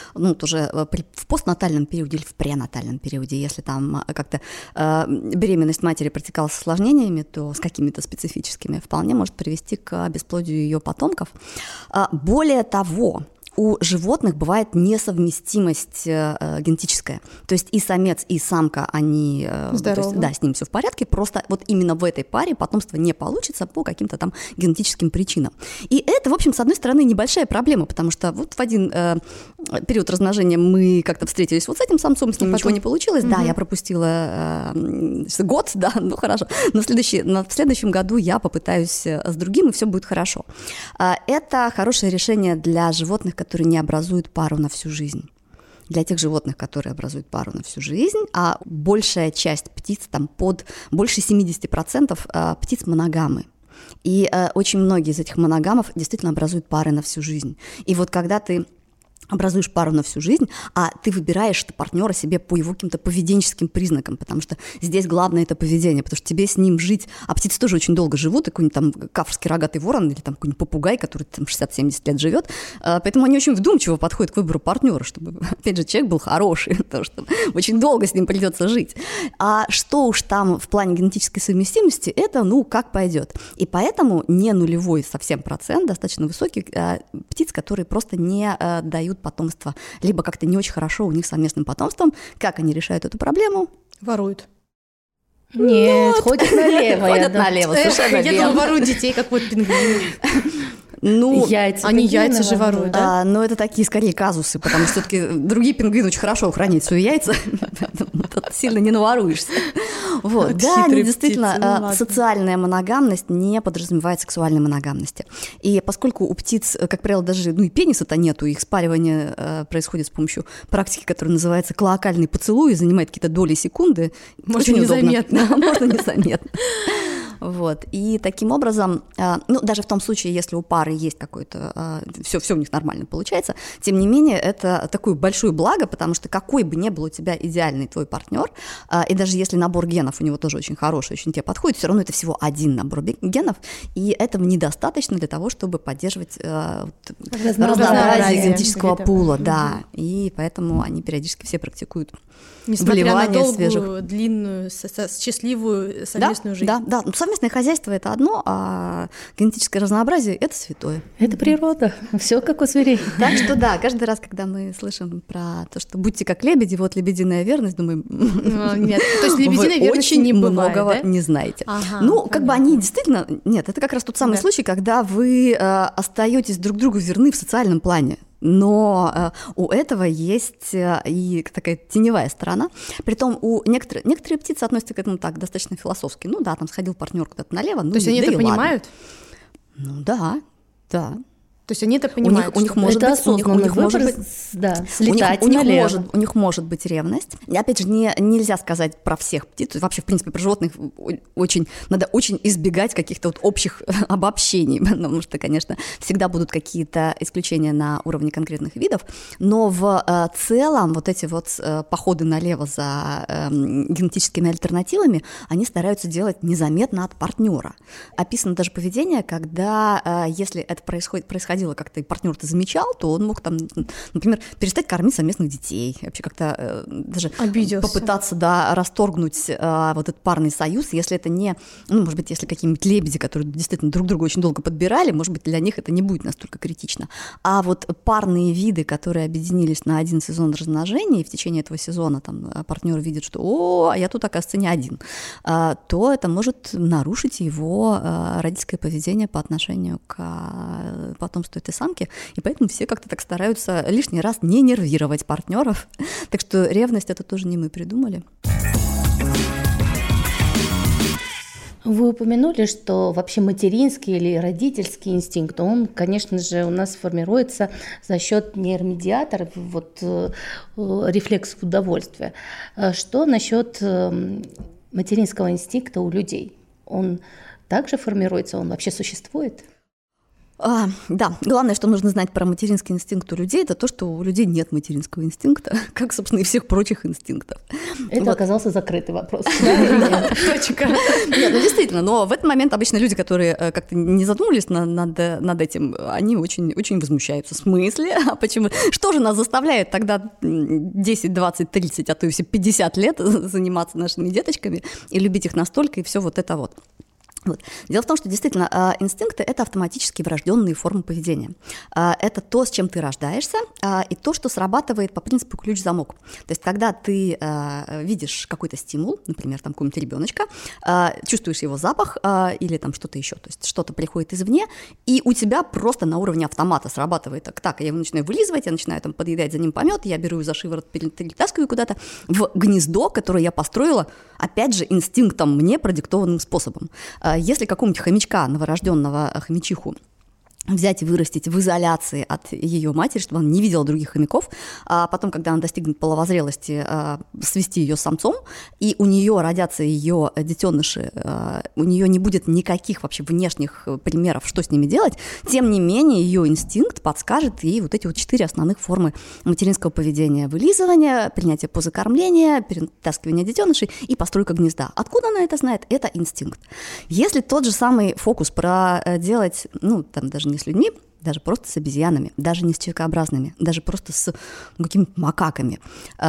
в постнатальном периоде или в пренатальном периоде, если там как-то беременность матери протекала с осложнениями, то с какими-то специфическими вполне может привести к бесплодию ее потомков. Более того, у животных бывает несовместимость генетическая. То есть и самец, и самка, они… с ним все в порядке, просто вот именно в этой паре потомство не получится по каким-то там генетическим причинам. И это, в общем, с одной стороны, небольшая проблема, потому что вот в один период размножения мы как-то встретились вот с этим самцом, с ним ничего не получилось, да, я пропустила год, да, хорошо, но в следующем году я попытаюсь с другим, и все будет хорошо. Это хорошее решение для животных, которые не образуют пару на всю жизнь. Для тех животных, которые образуют пару на всю жизнь, а большая часть птиц, там под больше 70% птиц моногамы. И очень многие из этих моногамов действительно образуют пары на всю жизнь. И вот когда ты образуешь пару на всю жизнь, а ты выбираешь партнера себе по его каким-то поведенческим признакам, потому что здесь главное это поведение, потому что тебе с ним жить, а птицы тоже очень долго живут, и какой-нибудь там кафрский рогатый ворон или там какой-нибудь попугай, который там 60-70 лет живет, поэтому они очень вдумчиво подходят к выбору партнера, чтобы, опять же, человек был хороший, потому что очень долго с ним придется жить. А что уж там в плане генетической совместимости, это, как пойдет. И поэтому не нулевой совсем процент, достаточно высокий, птиц, которые просто не дают делать потомство, либо как-то не очень хорошо у них с совместным потомством. Как они решают эту проблему? Воруют. Нет, ходят налево. Ходят налево, совершенно верно. Я думала, воруют детей, как вот пингвины. Ну, они яйца же воруют, да? Но это такие, скорее, казусы, потому что все-таки другие пингвины очень хорошо хранят свои яйца, тут сильно не наворуешься. Вот. Да, действительно, социальная моногамность не подразумевает сексуальной моногамности. И поскольку у птиц, как правило, даже и пениса-то нету, их спаривание происходит с помощью практики, которая называется клоакальный поцелуй, и занимает какие-то доли секунды. Можно незаметно. Можно незаметно. Вот. И таким образом, ну, даже в том случае, если у пары есть какое-то, все у них нормально получается, тем не менее, это такое большое благо, потому что какой бы ни был у тебя идеальный твой партнер, и даже если набор генов у него тоже очень хороший, очень тебе подходит, все равно это всего один набор генов, и этого недостаточно для того, чтобы поддерживать разнообразие генетического пула, да, и поэтому они периодически все практикуют вливание на долгую, длинную, счастливую совместную жизнь. Да. Совместное хозяйство – это одно, а генетическое разнообразие – это святое. Это природа, все как у зверей. Так что да, каждый раз, когда мы слышим про то, что будьте как лебеди, вот лебединая верность, думаем, нет, то есть лебединой верности не бывает, многого не знаете. Ну, как бы они действительно, нет, это как раз тот самый случай, когда вы остаетесь друг другу верны в социальном плане. Но у этого есть и такая теневая сторона. Притом у некоторые птицы относятся к этому так, достаточно философски. Ну да, там сходил партнер куда-то налево. То есть они это понимают? Ну да. То есть они это понимают. У них может быть слетать налево. У них может быть ревность. И опять же, нельзя сказать про всех птиц. Вообще, в принципе, про животных надо очень избегать каких-то вот общих обобщений, потому что, конечно, всегда будут какие-то исключения на уровне конкретных видов. Но в целом вот эти вот походы налево за генетическими альтернативами, они стараются делать незаметно от партнера. Описано даже поведение, когда, если это происходило как-то, и партнер-то замечал, то он мог там, например, перестать кормить совместных детей, вообще как-то даже попытаться, расторгнуть вот этот парный союз, если это не, ну, может быть, если какие-нибудь лебеди, которые действительно друг друга очень долго подбирали, может быть, для них это не будет настолько критично. А вот парные виды, которые объединились на один сезон размножения, и в течение этого сезона там партнер видит, что, а я тут, оказывается, не один, то это может нарушить его родительское поведение по отношению к потомству этой самки, и поэтому все как-то так стараются лишний раз не нервировать партнеров. Так что ревность это тоже не мы придумали. Вы упомянули, что вообще материнский или родительский инстинкт, он, конечно же, у нас формируется за счет нейромедиаторов, вот рефлексов удовольствия. Что насчет материнского инстинкта у людей? Он также формируется, он вообще существует? Да, главное, что нужно знать про материнский инстинкт у людей, это то, что у людей нет материнского инстинкта, как, собственно, и всех прочих инстинктов. Это оказался закрытый вопрос. Точка. Нет, ну действительно, но в этот момент обычно люди, которые как-то не задумывались над этим, они очень, очень возмущаются. В смысле? А почему? Что же нас заставляет тогда 10, 20, 30, а то и все 50 лет заниматься нашими деточками и любить их настолько, и все вот это вот. Вот. Дело в том, что действительно инстинкты – это автоматически врожденные формы поведения. Это то, с чем ты рождаешься, и то, что срабатывает по принципу ключ-замок. То есть когда ты видишь какой-то стимул, например, там какого-нибудь ребеночка, чувствуешь его запах или там что-то еще, то есть что-то приходит извне, и у тебя просто на уровне автомата срабатывает так, я его начинаю вылизывать, я начинаю там подъедать за ним помет, я беру его за шиворот, перетаскиваю куда-то в гнездо, которое я построила, опять же, инстинктом мне продиктованным способом. Если какого-нибудь хомячка, новорожденного хомячиху, взять и вырастить в изоляции от ее матери, чтобы она не видела других хомяков, а потом, когда она достигнет половозрелости, свести ее с самцом, и у нее родятся ее детеныши, у нее не будет никаких вообще внешних примеров, что с ними делать, тем не менее ее инстинкт подскажет ей вот эти вот 4 основных формы материнского поведения: вылизывание, принятие позы кормления, перетаскивание детенышей и постройка гнезда. Откуда она это знает? Это инстинкт. Если тот же самый фокус проделать, ну, там даже не с людьми, даже просто с обезьянами, даже не с человекообразными, даже просто с какими-то макаками.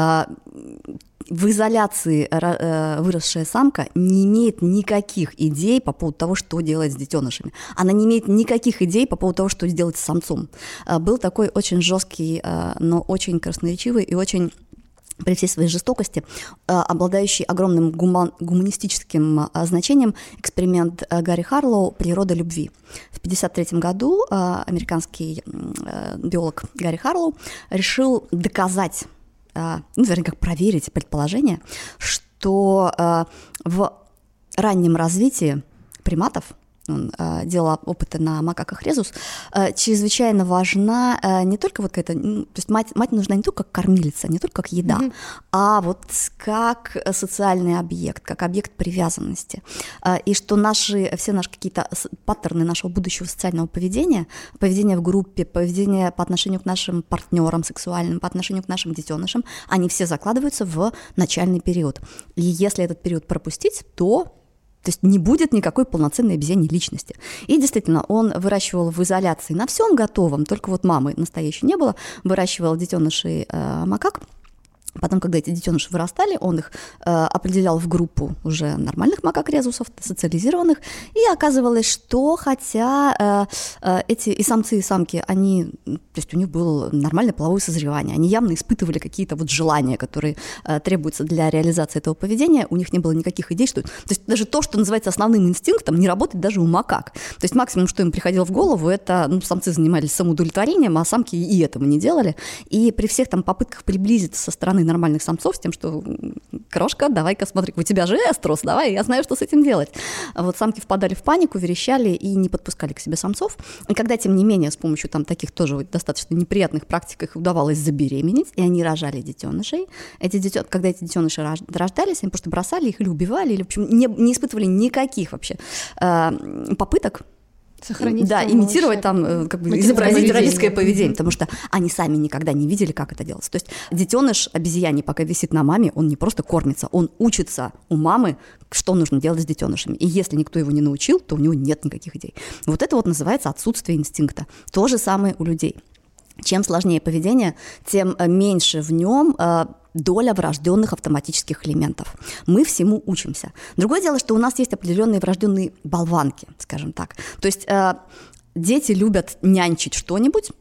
В изоляции выросшая самка не имеет никаких идей по поводу того, что делать с детенышами. Она не имеет никаких идей по поводу того, что сделать с самцом. Был такой очень жесткий, но очень красноречивый и очень, при всей своей жестокости, обладающий огромным гуманистическим значением эксперимент Гарри Харлоу «Природа любви». В 1953 году американский биолог Гарри Харлоу решил доказать, вернее, как проверить предположение, что в раннем развитии приматов, он делал опыты на макаках резус, чрезвычайно важна не только вот какая-то, то есть мать нужна не только как кормилица, не только как еда, а вот как социальный объект, как объект привязанности. И что все наши какие-то паттерны нашего будущего социального поведения в группе, поведение по отношению к нашим партнерам сексуальным, по отношению к нашим детенышам, они все закладываются в начальный период. И если этот период пропустить, то есть не будет никакой полноценной обезьяньей личности. И действительно, он выращивал в изоляции на всем готовом, только вот мамы настоящей не было, выращивал детенышей макак. Потом, когда эти детеныши вырастали, он их определял в группу уже нормальных макак-резусов, социализированных, и оказывалось, что хотя эти и самцы, и самки, они, то есть у них было нормальное половое созревание, они явно испытывали какие-то вот желания, которые требуются для реализации этого поведения, у них не было никаких идей, что... То есть даже то, что называется основным инстинктом, не работает даже у макак. То есть максимум, что им приходило в голову, это, самцы занимались самоудовлетворением, а самки и этого не делали. И при всех там попытках приблизиться со стороны нормальных самцов с тем, что крошка, давай-ка смотри, у тебя же эструс, давай, я знаю, что с этим делать. Вот самки впадали в панику, верещали и не подпускали к себе самцов. И когда, тем не менее, с помощью там таких тоже вот достаточно неприятных практик их удавалось забеременеть, и они рожали детенышей, когда эти детеныши рождались, они просто бросали их или убивали, или, в общем, не испытывали никаких вообще попыток сохранить, да, имитировать там, как бы изобразить родительское поведение, потому что они сами никогда не видели, как это делается. То есть детеныш обезьяне, пока висит на маме, он не просто кормится, он учится у мамы, что нужно делать с детенышами. И если никто его не научил, то у него нет никаких идей. Вот это вот называется отсутствие инстинкта. То же самое у людей. Чем сложнее поведение, тем меньше в нем доля врожденных автоматических элементов. Мы всему учимся. Другое дело, что у нас есть определенные врожденные болванки, скажем так. То есть дети любят нянчить что-нибудь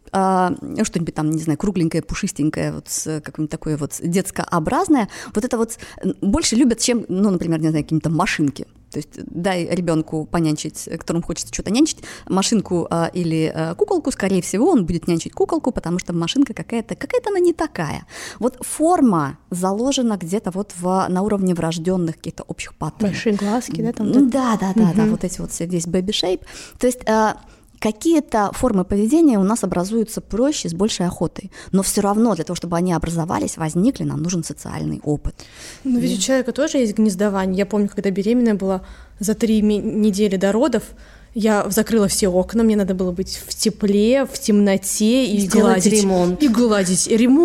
там, не знаю, кругленькое, пушистенькое, вот какое-нибудь такое вот детскообразное. Вот это вот больше любят, чем, например, не знаю, какие-то машинки. То есть дай ребенку понянчить, которому хочется что-то нянчить, машинку или куколку, скорее всего, он будет нянчить куколку, потому что машинка какая-то она не такая. Вот форма заложена где-то вот на уровне врожденных каких-то общих паттернов. Большие глазки, да? Да, вот эти вот весь baby shape. То есть какие-то формы поведения у нас образуются проще, с большей охотой. Но все равно для того, чтобы они образовались, возникли, нам нужен социальный опыт. Но ведь у человека тоже есть гнездование. Я помню, когда беременная была, за 3 недели до родов, я закрыла все окна, мне надо было быть в тепле, в темноте и гладить. Ремонт. И гладить.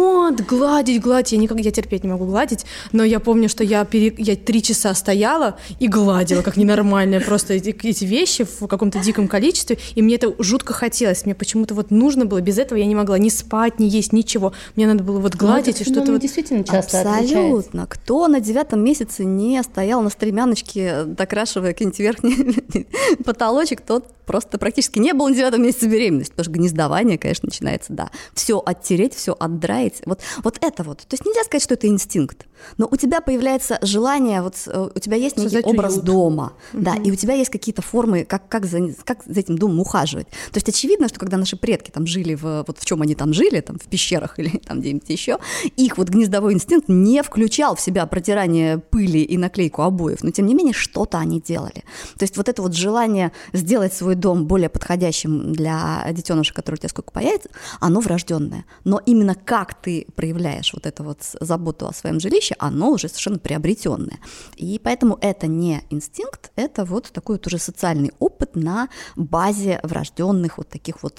Гладить. Я терпеть не могу гладить, но я помню, что я 3 часа стояла и гладила, как ненормальная, просто эти вещи в каком-то диком количестве, и мне это жутко хотелось. Мне почему-то вот нужно было, без этого я не могла ни спать, ни есть, ничего. Мне надо было вот гладить и что-то вот... действительно часто абсолютно. отличается. Кто на 9-м месяце не стоял на стремяночке, докрашивая какие-нибудь верхний потолочек, тот просто практически не был на 9-м месяце беременности, потому что гнездование, конечно, начинается, да. Все оттереть, все отдраить. Вот это вот. То есть нельзя сказать, что это инстинкт, но у тебя появляется желание, вот у тебя есть некий образ дома, да, и у тебя есть какие-то формы, как за этим домом ухаживать. То есть очевидно, что когда наши предки там жили вот в чем они там жили, там в пещерах или там где-нибудь еще, их вот гнездовой инстинкт не включал в себя протирание пыли и наклейку обоев, но тем не менее что-то они делали. То есть вот это вот желание сделать свой дом более подходящим для детеныша, который у тебя сколько появится, оно врожденное. Но именно как ты проявляешь вот эту вот заботу о своем жилище, оно уже совершенно приобретенное. И поэтому это не инстинкт, это вот такой вот уже социальный опыт на базе врожденных вот таких вот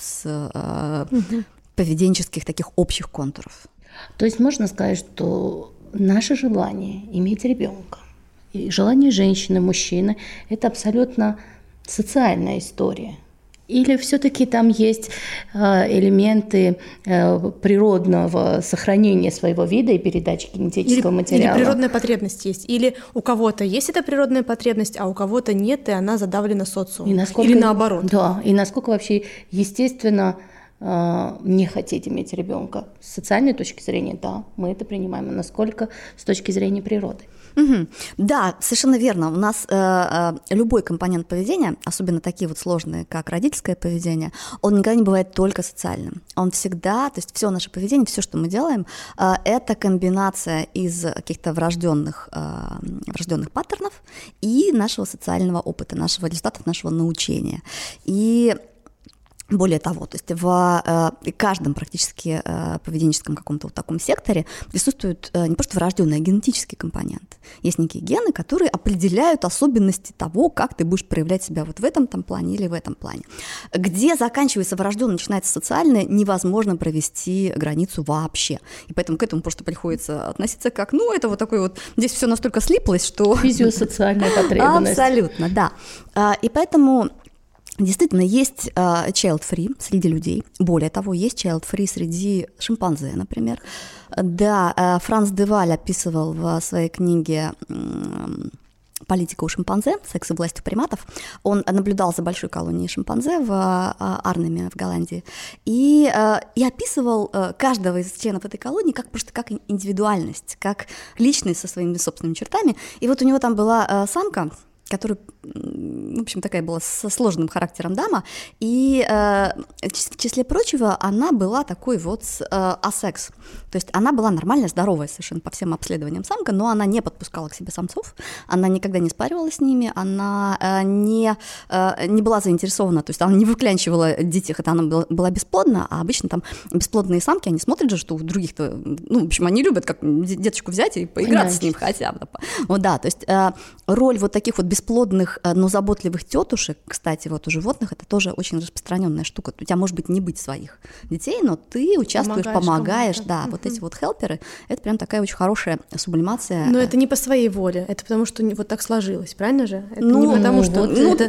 поведенческих таких общих контуров. То есть можно сказать, что наше желание иметь ребенка и желание женщины, мужчины – это абсолютно социальная история. Или все-таки там есть элементы природного сохранения своего вида и передачи генетического материала? Или природная потребность есть. Или у кого-то есть эта природная потребность, а у кого-то нет, и она задавлена социумом. Или наоборот. Да, и насколько вообще естественно не хотеть иметь ребенка. С социальной точки зрения, да, мы это принимаем. А насколько с точки зрения природы? Угу. Да, совершенно верно. У нас любой компонент поведения, особенно такие вот сложные, как родительское поведение, он никогда не бывает только социальным. Он всегда, то есть все наше поведение, все, что мы делаем, это комбинация из каких-то врожденных паттернов и нашего социального опыта, нашего результатов, нашего научения. И более того, то есть в каждом практически поведенческом каком-то вот таком секторе присутствует не просто врожденный, а генетический компонент. Есть некие гены, которые определяют особенности того, как ты будешь проявлять себя вот в этом там плане или в этом плане. Где заканчивается врожденное, начинается социальное, невозможно провести границу вообще. И поэтому к этому просто приходится относиться как, это вот такой вот, здесь все настолько слиплось, что... Физиосоциальная потребность. Абсолютно, да. И поэтому... Действительно, есть child-free среди людей. Более того, есть child-free среди шимпанзе, например. Да, Франц де Валь описывал в своей книге «Политика у шимпанзе. Секс и власть у приматов». Он наблюдал за большой колонией шимпанзе в Арнеме, в Голландии, и описывал каждого из членов этой колонии просто как индивидуальность, как личность со своими собственными чертами. И вот у него там была самка, которая, в общем, такая была со сложным характером дама, и в числе прочего она была такой вот асекс, то есть она была нормальная, здоровая совершенно по всем обследованиям самка, но она не подпускала к себе самцов, она никогда не спаривалась с ними, она не была заинтересована, то есть она не выклянчивала детей, хотя она была бесплодна, а обычно там бесплодные самки, они смотрят же, что у других-то, в общем, они любят как деточку взять и поиграться с ним хотя бы. Вот, да, то есть роль вот таких вот бесплодных, но заботливых тетушек, кстати, вот у животных это тоже очень распространенная штука. У тебя может быть не быть своих детей, но ты участвуешь, помогаешь, да, вот эти вот хелперы, это прям такая очень хорошая сублимация. Но это не по своей воле, это потому что вот так сложилось, правильно же? Это не потому что...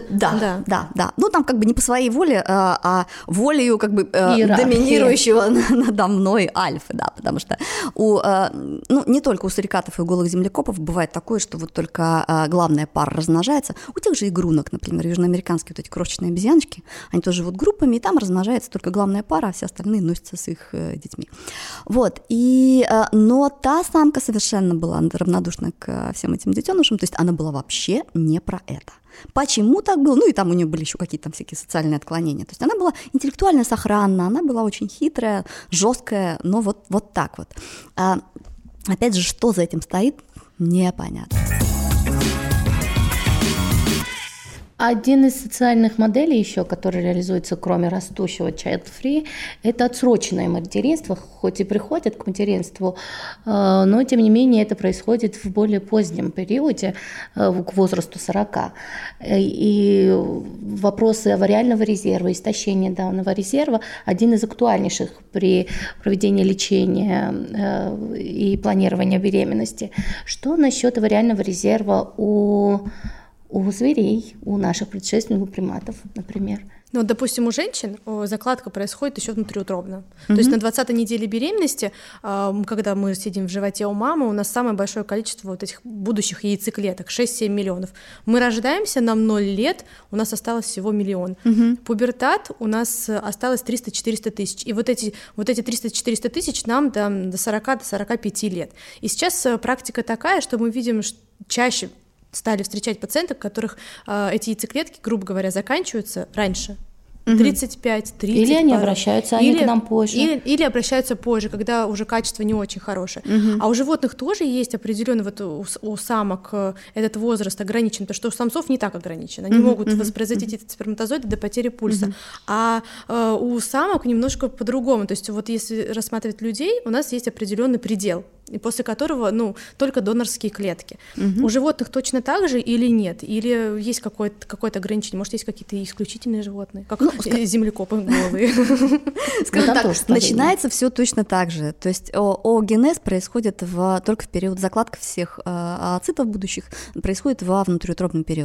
Да. Ну там как бы не по своей воле, а волею как бы доминирующего надо мной альфы, да, потому что не только у сурикатов и у голых землекопов бывает такое, что вот только главная пара размножается. У тех же игрунок, например, южноамериканские вот эти крошечные обезьяночки, они тоже живут группами, и там размножается только главная пара, а все остальные носятся с их детьми. Вот, но та самка совершенно была равнодушна к всем этим детенышам, то есть она была вообще не про это. Почему так было? И там у нее были еще какие-то там всякие социальные отклонения. То есть она была интеллектуально сохранна, она была очень хитрая, жесткая, но вот так вот. Опять же, что за этим стоит, непонятно. Один из социальных моделей еще, который реализуется, кроме растущего child-free, это отсроченное материнство, хоть и приходят к материнству, но тем не менее это происходит в более позднем периоде, к возрасту 40. И вопросы авариального резерва, истощения данного резерва один из актуальнейших при проведении лечения и планирования беременности. Что насчет авариального резерва у зверей, у наших предшественников, приматов, например? Допустим, у женщин закладка происходит еще внутриутробно. То есть на 20-й неделе беременности, когда мы сидим в животе у мамы, у нас самое большое количество вот этих будущих яйцеклеток, 6-7 миллионов. Мы рождаемся, нам 0 лет, у нас осталось всего 1 миллион. Пубертат, у нас осталось 300-400 тысяч. И вот эти 300-400 тысяч нам до 40-45 лет. И сейчас практика такая, что мы видим чаще стали встречать пациентов, у которых эти яйцеклетки, грубо говоря, заканчиваются раньше. 35, 30. Или они обращаются, они к нам позже. Или обращаются позже, когда уже качество не очень хорошее. А у животных тоже есть определенный, вот у самок этот возраст ограничен, потому что у самцов не так ограничен. Они могут воспроизводить эти сперматозоиды до потери пульса. А у самок немножко по-другому. То есть вот если рассматривать людей, у нас есть определенный предел, и после которого, только донорские клетки. У животных точно так же или нет? Или есть какое-то ограничение? Может, есть какие-то исключительные животные? Как землекопы голые. Скажем так, начинается все точно так же. То есть оогенез происходит только в период закладки всех ооцитов будущих, происходит во внутриутробный период.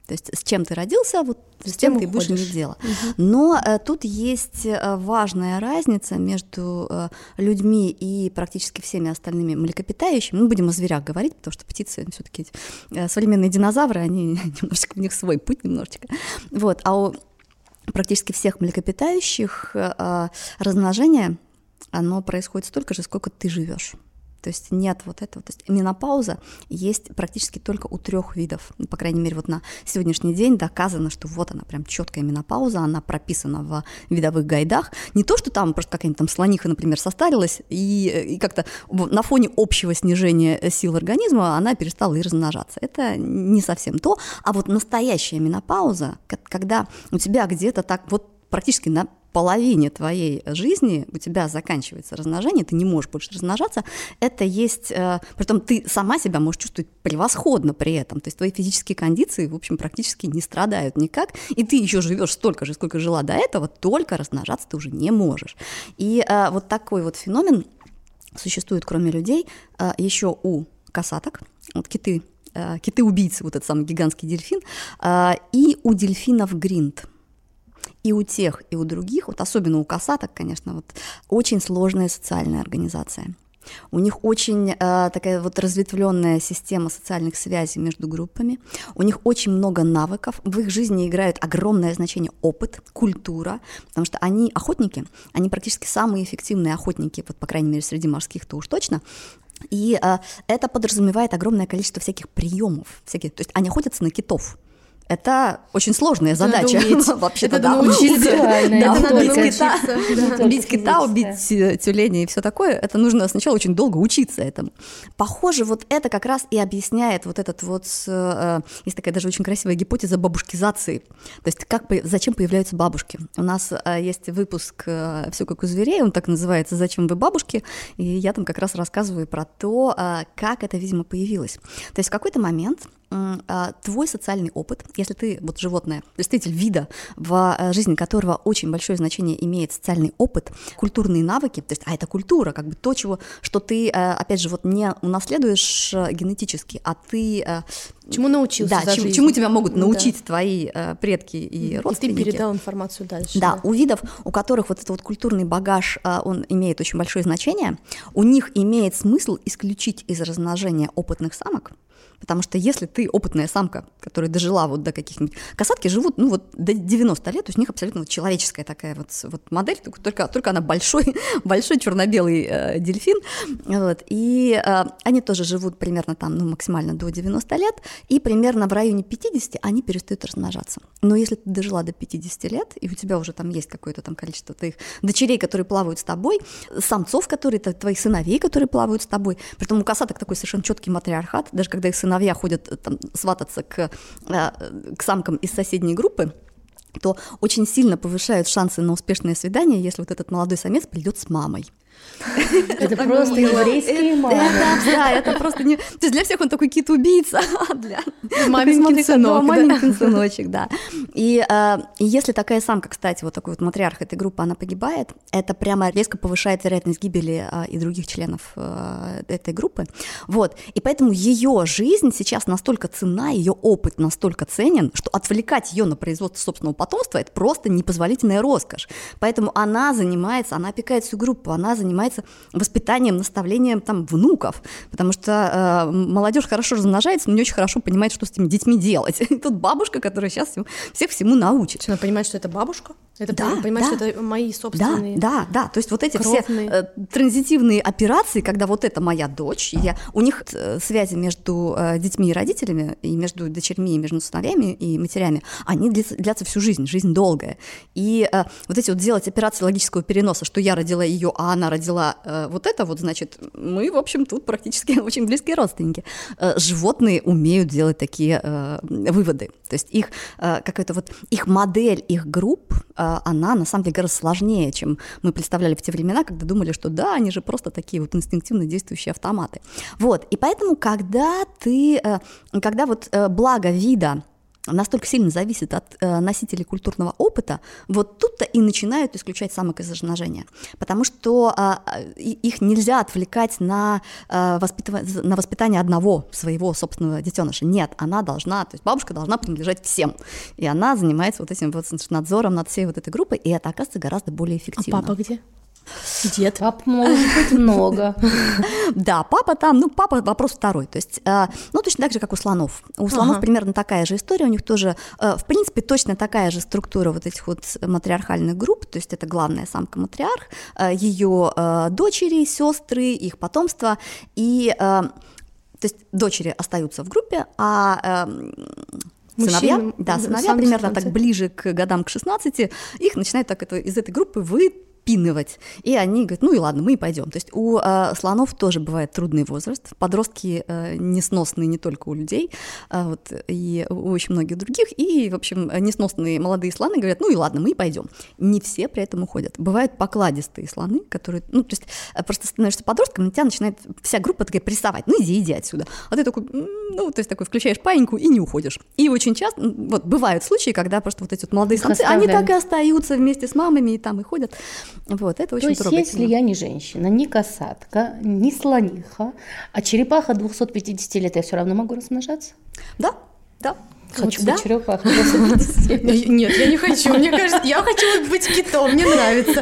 То есть с чем ты родился, вот с тем ты будешь иметь дело. Но тут есть важная разница между людьми и практически всеми остальными млекопитающими. Мы будем о зверях говорить, потому что птицы все-таки современные динозавры, они немножечко, у них свой путь немножечко. Вот. А у практически всех млекопитающих размножение, оно происходит столько же, сколько ты живешь. То есть нет вот этого. То есть менопауза есть практически только у 3 видов. По крайней мере, вот на сегодняшний день доказано, что вот она прям четкая менопауза, она прописана в видовых гайдах. Не то, что там просто какая-нибудь там слониха, например, состарилась, и как-то на фоне общего снижения сил организма она перестала и размножаться. Это не совсем то. А вот настоящая менопауза, когда у тебя где-то так вот практически на половине твоей жизни у тебя заканчивается размножение, ты не можешь больше размножаться, это есть, притом ты сама себя можешь чувствовать превосходно при этом, то есть твои физические кондиции, в общем, практически не страдают никак, и ты еще живешь столько же, сколько жила до этого, только размножаться ты уже не можешь. И вот такой вот феномен существует, кроме людей, еще у касаток, вот киты-убийцы, вот этот самый гигантский дельфин, и у дельфинов гринд. И у тех, и у других, вот особенно у касаток, конечно, вот, очень сложная социальная организация. У них очень такая вот разветвленная система социальных связей между группами, у них очень много навыков, в их жизни играет огромное значение опыт, культура, потому что они охотники, они практически самые эффективные охотники, вот, по крайней мере, среди морских-то уж точно. И это подразумевает огромное количество всяких приемов, то есть они охотятся на китов. Это очень сложная задача. Вообще-то, да, научиться. Убить кита, убить тюленя и все такое. Это нужно сначала очень долго учиться этому. Похоже, вот это как раз и объясняет вот этот вот, есть такая даже очень красивая гипотеза бабушкизации. То есть зачем появляются бабушки? У нас есть выпуск «Все как у зверей», он так называется «Зачем вы бабушки?», и я там как раз рассказываю про то, как это, видимо, появилось. То есть в какой-то момент твой социальный опыт, если ты вот животное, представитель вида, в жизни которого очень большое значение имеет социальный опыт, культурные навыки, то есть, это культура, как бы то, что ты, опять же, вот не унаследуешь генетически, а ты... Чему научился за жизнь. Чему тебя могут научить твои предки и родственники. И ты передал информацию дальше. Да, у видов, у которых вот этот вот культурный багаж, он имеет очень большое значение, у них имеет смысл исключить из размножения опытных самок, потому что если ты опытная самка, которая дожила вот до каких-нибудь... Касатки живут, до 90 лет, то есть у них абсолютно вот человеческая такая вот модель, только она большой черно-белый дельфин, вот, и они тоже живут примерно там, максимально до 90 лет, и примерно в районе 50 они перестают размножаться. Но если ты дожила до 50 лет, и у тебя уже там есть какое-то там количество твоих дочерей, которые плавают с тобой, самцов, твоих сыновей, которые плавают с тобой, притом у касаток такой совершенно четкий матриархат, даже когда их сыновья ходят там свататься к самкам из соседней группы, то очень сильно повышают шансы на успешное свидание, если вот этот молодой самец придет с мамой. Это просто еврейские мамы. Да, это просто не... То есть для всех он такой кит-убийца, а для... Маменькин сынок. Маменькин сыночек, да. И если такая самка, кстати, вот такой вот матриарх этой группы, она погибает, это прямо резко повышает вероятность гибели и других членов этой группы. Вот. И поэтому ее жизнь сейчас настолько ценна, ее опыт настолько ценен, что отвлекать ее на производство собственного потомства — это просто непозволительная роскошь. Поэтому она опекает всю группу, она занимается воспитанием, наставлением там внуков, потому что молодежь хорошо размножается, но не очень хорошо понимает, что с этими детьми делать. И тут бабушка, которая сейчас всех всему научит. Она понимает, что это бабушка? Понимает, что это мои собственные Да, то есть вот эти кровные. все транзитивные операции, когда вот это моя дочь, у них связи между детьми и родителями, и между дочерьми, и между сыновьями и матерями, они длятся всю жизнь долгая. И вот эти вот делать операции логического переноса, что я родила ее, а она родила вот это вот, значит, мы, в общем, тут практически очень близкие родственники. Животные умеют делать такие выводы. То есть их какая-то вот их модель, их групп, она на самом деле гораздо сложнее, чем мы представляли в те времена, когда думали, что да, они же просто такие вот инстинктивно действующие автоматы. Вот, и поэтому, когда вот благо вида настолько сильно зависит от носителей культурного опыта, вот тут-то и начинают исключать самок из размножения, потому что их нельзя отвлекать на воспитание одного своего собственного детеныша. Нет, она должна, то есть бабушка должна принадлежать всем, и она занимается вот этим вот надзором над всей вот этой группой, и это, оказывается, гораздо более эффективно. А папа где? Дед. Пап может быть много. Да, папа там, ну, папа вопрос второй. То есть, ну, точно так же, как у слонов. У слонов примерно такая же история, у них тоже, в принципе, точно такая же структура вот этих вот матриархальных групп, то есть это главная самка-матриарх, ее дочери, сестры, их потомство, и, то есть дочери остаются в группе, а сыновья примерно так ближе к годам к 16, их начинают так из этой группы выпинывать. И они говорят, ну и ладно, мы и пойдем. То есть у слонов тоже бывает трудный возраст. Подростки несносные не только у людей, вот, и у очень многих других. И, в общем, несносные молодые слоны говорят, ну и ладно, мы и пойдем. Не все при этом уходят. Бывают покладистые слоны, которые, ну, то есть просто становишься подростком, на тебя начинает вся группа такая прессовать, ну иди отсюда. А ты такой, ну, то есть такой включаешь паиньку и не уходишь. И очень часто, вот, бывают случаи, когда просто вот эти вот молодые самцы, они так и остаются вместе с мамами и там и ходят. Вот, это очень трогательно. То есть, если я не женщина, не касатка, не слониха, а черепаха 250 лет, я все равно могу размножаться? Да, да. Хочу вот, быть черепахой 250 лет. Нет, я не хочу. Мне кажется, я хочу быть китом, мне нравится.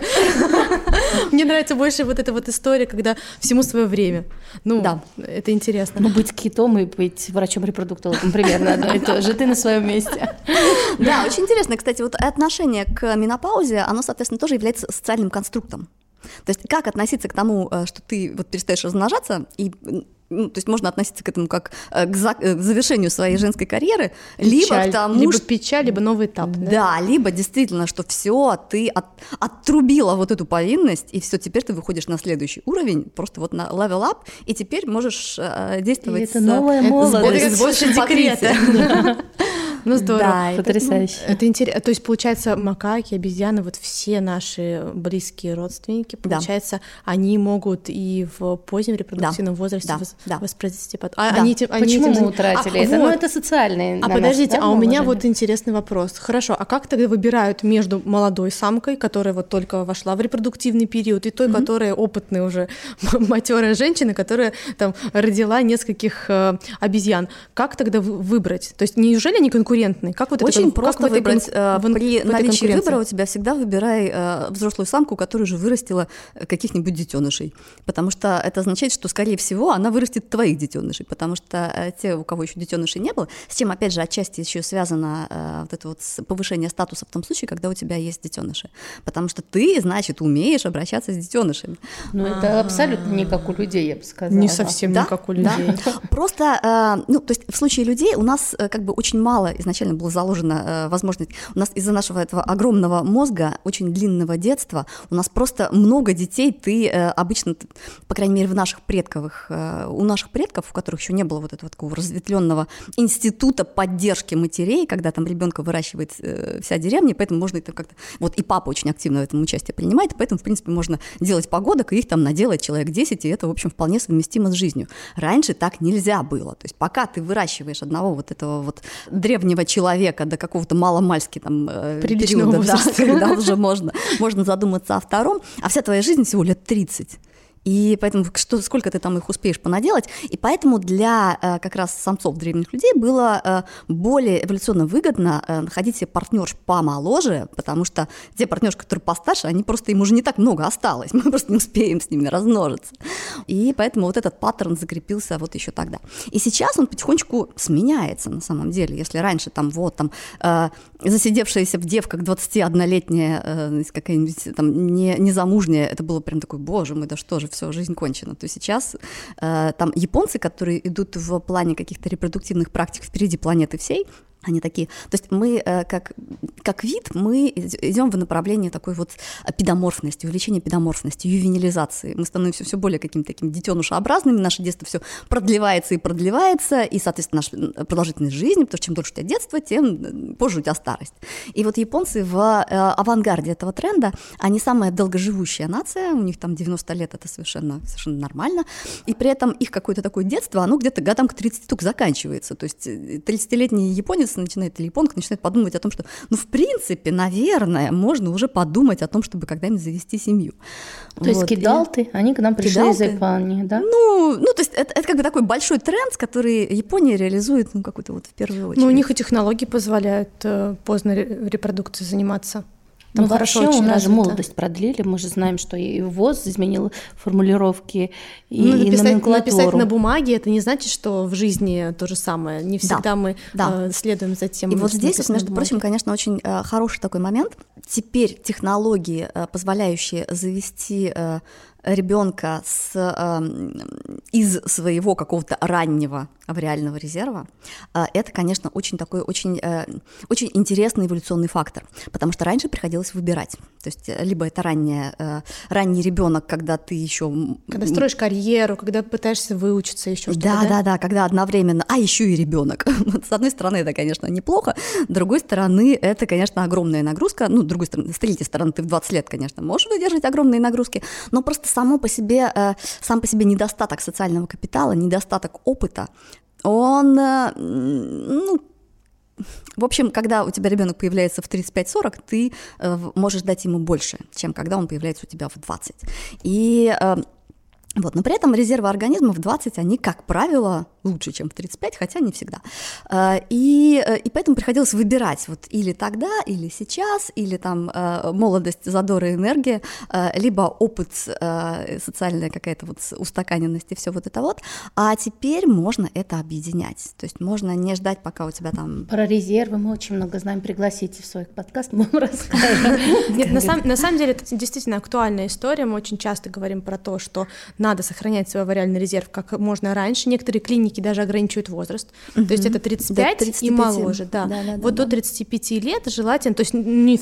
Мне нравится больше вот эта вот история, когда всему свое время. Ну, да. Это интересно. Ну, быть китом и быть врачом-репродуктологом примерно одно и то же. Ты на своем месте. Да, очень интересно, кстати, вот отношение к менопаузе, оно, соответственно, тоже является социальным конструктом. То есть как относиться к тому, что ты вот перестаешь размножаться, и, ну, то есть можно относиться к этому как к завершению своей женской карьеры, либо к тому, либо печаль, либо новый этап. Да, либо действительно, что все, ты отрубила вот эту повинность, и все, теперь ты выходишь на следующий уровень, просто вот на level up, и теперь можешь действовать. И это новая молодость. С большим декрета. Ну, здорово. Да, потрясающе. Это интересно. То есть, получается, макаки, обезьяны, вот все наши близкие родственники, получается, они могут и в позднем репродуктивном возрасте воспроизвести потом. Почему утратили это? Ну, это социальные. Подождите, у меня вот интересный вопрос. Хорошо, а как тогда выбирают между молодой самкой, которая вот только вошла в репродуктивный период, и той, которая опытная уже матерая женщина, которая там родила нескольких обезьян? Как тогда выбрать? То есть, неужели они конкурентные? Как вот очень просто выбрать. При наличии выбора у тебя всегда выбирай взрослую самку, которая уже вырастила каких-нибудь детенышей, потому что это означает, что, скорее всего, она вырастет твоих детенышей, потому что те, у кого еще детенышей не было, с чем, опять же, отчасти еще связано вот это вот повышение статуса в том случае, когда у тебя есть детеныши, потому что ты, значит, умеешь обращаться с детенышами. Ну, это абсолютно не как у людей, я бы сказала. Не совсем не как у людей. Просто, ну, то есть в случае людей у нас как бы очень мало изначально была заложена возможность. У нас из-за нашего этого огромного мозга, очень длинного детства, у нас просто много детей, ты обычно, по крайней мере, у наших предков, у которых еще не было вот этого такого разветвленного института поддержки матерей, когда там ребенка выращивает вся деревня, поэтому можно это как-то... Вот и папа очень активно в этом участие принимает, поэтому, в принципе, можно делать погодок, и их там наделать человек 10, и это, в общем, вполне совместимо с жизнью. Раньше так нельзя было. То есть пока ты выращиваешь одного вот этого вот древнего человека до какого-то маломальски там периода, когда уже можно задуматься о втором, а вся твоя жизнь всего лет 30. И поэтому сколько ты там их успеешь понаделать. И поэтому для как раз самцов древних людей было более эволюционно выгодно находить себе партнерш помоложе, потому что те партнерши, которые постарше, они просто, им уже не так много осталось, мы просто не успеем с ними размножиться. И поэтому вот этот паттерн закрепился вот еще тогда. И сейчас он потихонечку сменяется на самом деле. Если раньше там вот там засидевшаяся в девках 21-летняя какая-нибудь там незамужняя, это было прям такой, боже мой, да что же, все, жизнь кончена, то сейчас там японцы, которые идут в плане каких-то репродуктивных практик впереди планеты всей, они такие, то есть мы как вид, мы идем в направлении такой вот педоморфности, увеличения педоморфности, ювенилизации. Мы становимся все более какими-то такими детенушеобразными, наше детство все продлевается, и, соответственно, наша продолжительность жизни, потому что чем дольше у тебя детство, тем позже у тебя старость. И вот японцы в авангарде этого тренда, они самая долгоживущая нация, у них там 90 лет, это совершенно нормально, и при этом их какое-то такое детство, оно где-то годам к 30 только заканчивается, то есть 30-летний японец начинает, или японка начинает подумать о том, что, ну, в принципе, наверное, можно уже подумать о том, чтобы когда-нибудь завести семью. То есть кидалты, они к нам пришли из Японии, да? Ну, то есть это как бы такой большой тренд, который Япония реализует, ну, какой-то вот в первую очередь. Ну, у них и технологии позволяют поздно репродукцией заниматься. Ну, вообще у нас же молодость продлили, мы же знаем, что и ВОЗ изменил формулировки и номенклатуру. Написать на бумаге, это не значит, что в жизни то же самое. Не всегда мы следуем за тем. И вот здесь, между прочим, конечно, очень хороший такой момент. Теперь технологии, позволяющие завести ребенка из своего какого-то раннего авриального резерва, это, конечно, очень такой очень интересный эволюционный фактор, потому что раньше приходилось выбирать. То есть либо это ранний ребенок, когда ты еще... Когда строишь карьеру, когда пытаешься выучиться, еще что-то. Да, когда одновременно, еще и ребенок. С одной стороны, это, конечно, неплохо, с другой стороны, это, конечно, огромная нагрузка. Ну, с другой стороны, с третьей стороны, ты в 20 лет, конечно, можешь выдержать огромные нагрузки, но просто сам по себе недостаток социального капитала, недостаток опыта, он, в общем, когда у тебя ребенок появляется в 35-40, ты можешь дать ему больше, чем когда он появляется у тебя в 20. Но при этом резервы организма в 20, они, как правило, лучше, чем в 35, хотя не всегда. И поэтому приходилось выбирать вот или тогда, или сейчас, или там молодость, задор и энергия, либо опыт, социальная какая-то вот устаканенность и все вот это вот. А теперь можно это объединять. То есть можно не ждать, пока у тебя там... Про резервы мы очень много знаем. Пригласите в свой подкаст, мы вам расскажем. Нет, на самом деле это действительно актуальная история. Мы очень часто говорим про то, что надо сохранять свой авариальный резерв как можно раньше. Некоторые клиники даже ограничивают возраст. То есть это 35 и моложе. Да. До 35 лет желательно, то есть не в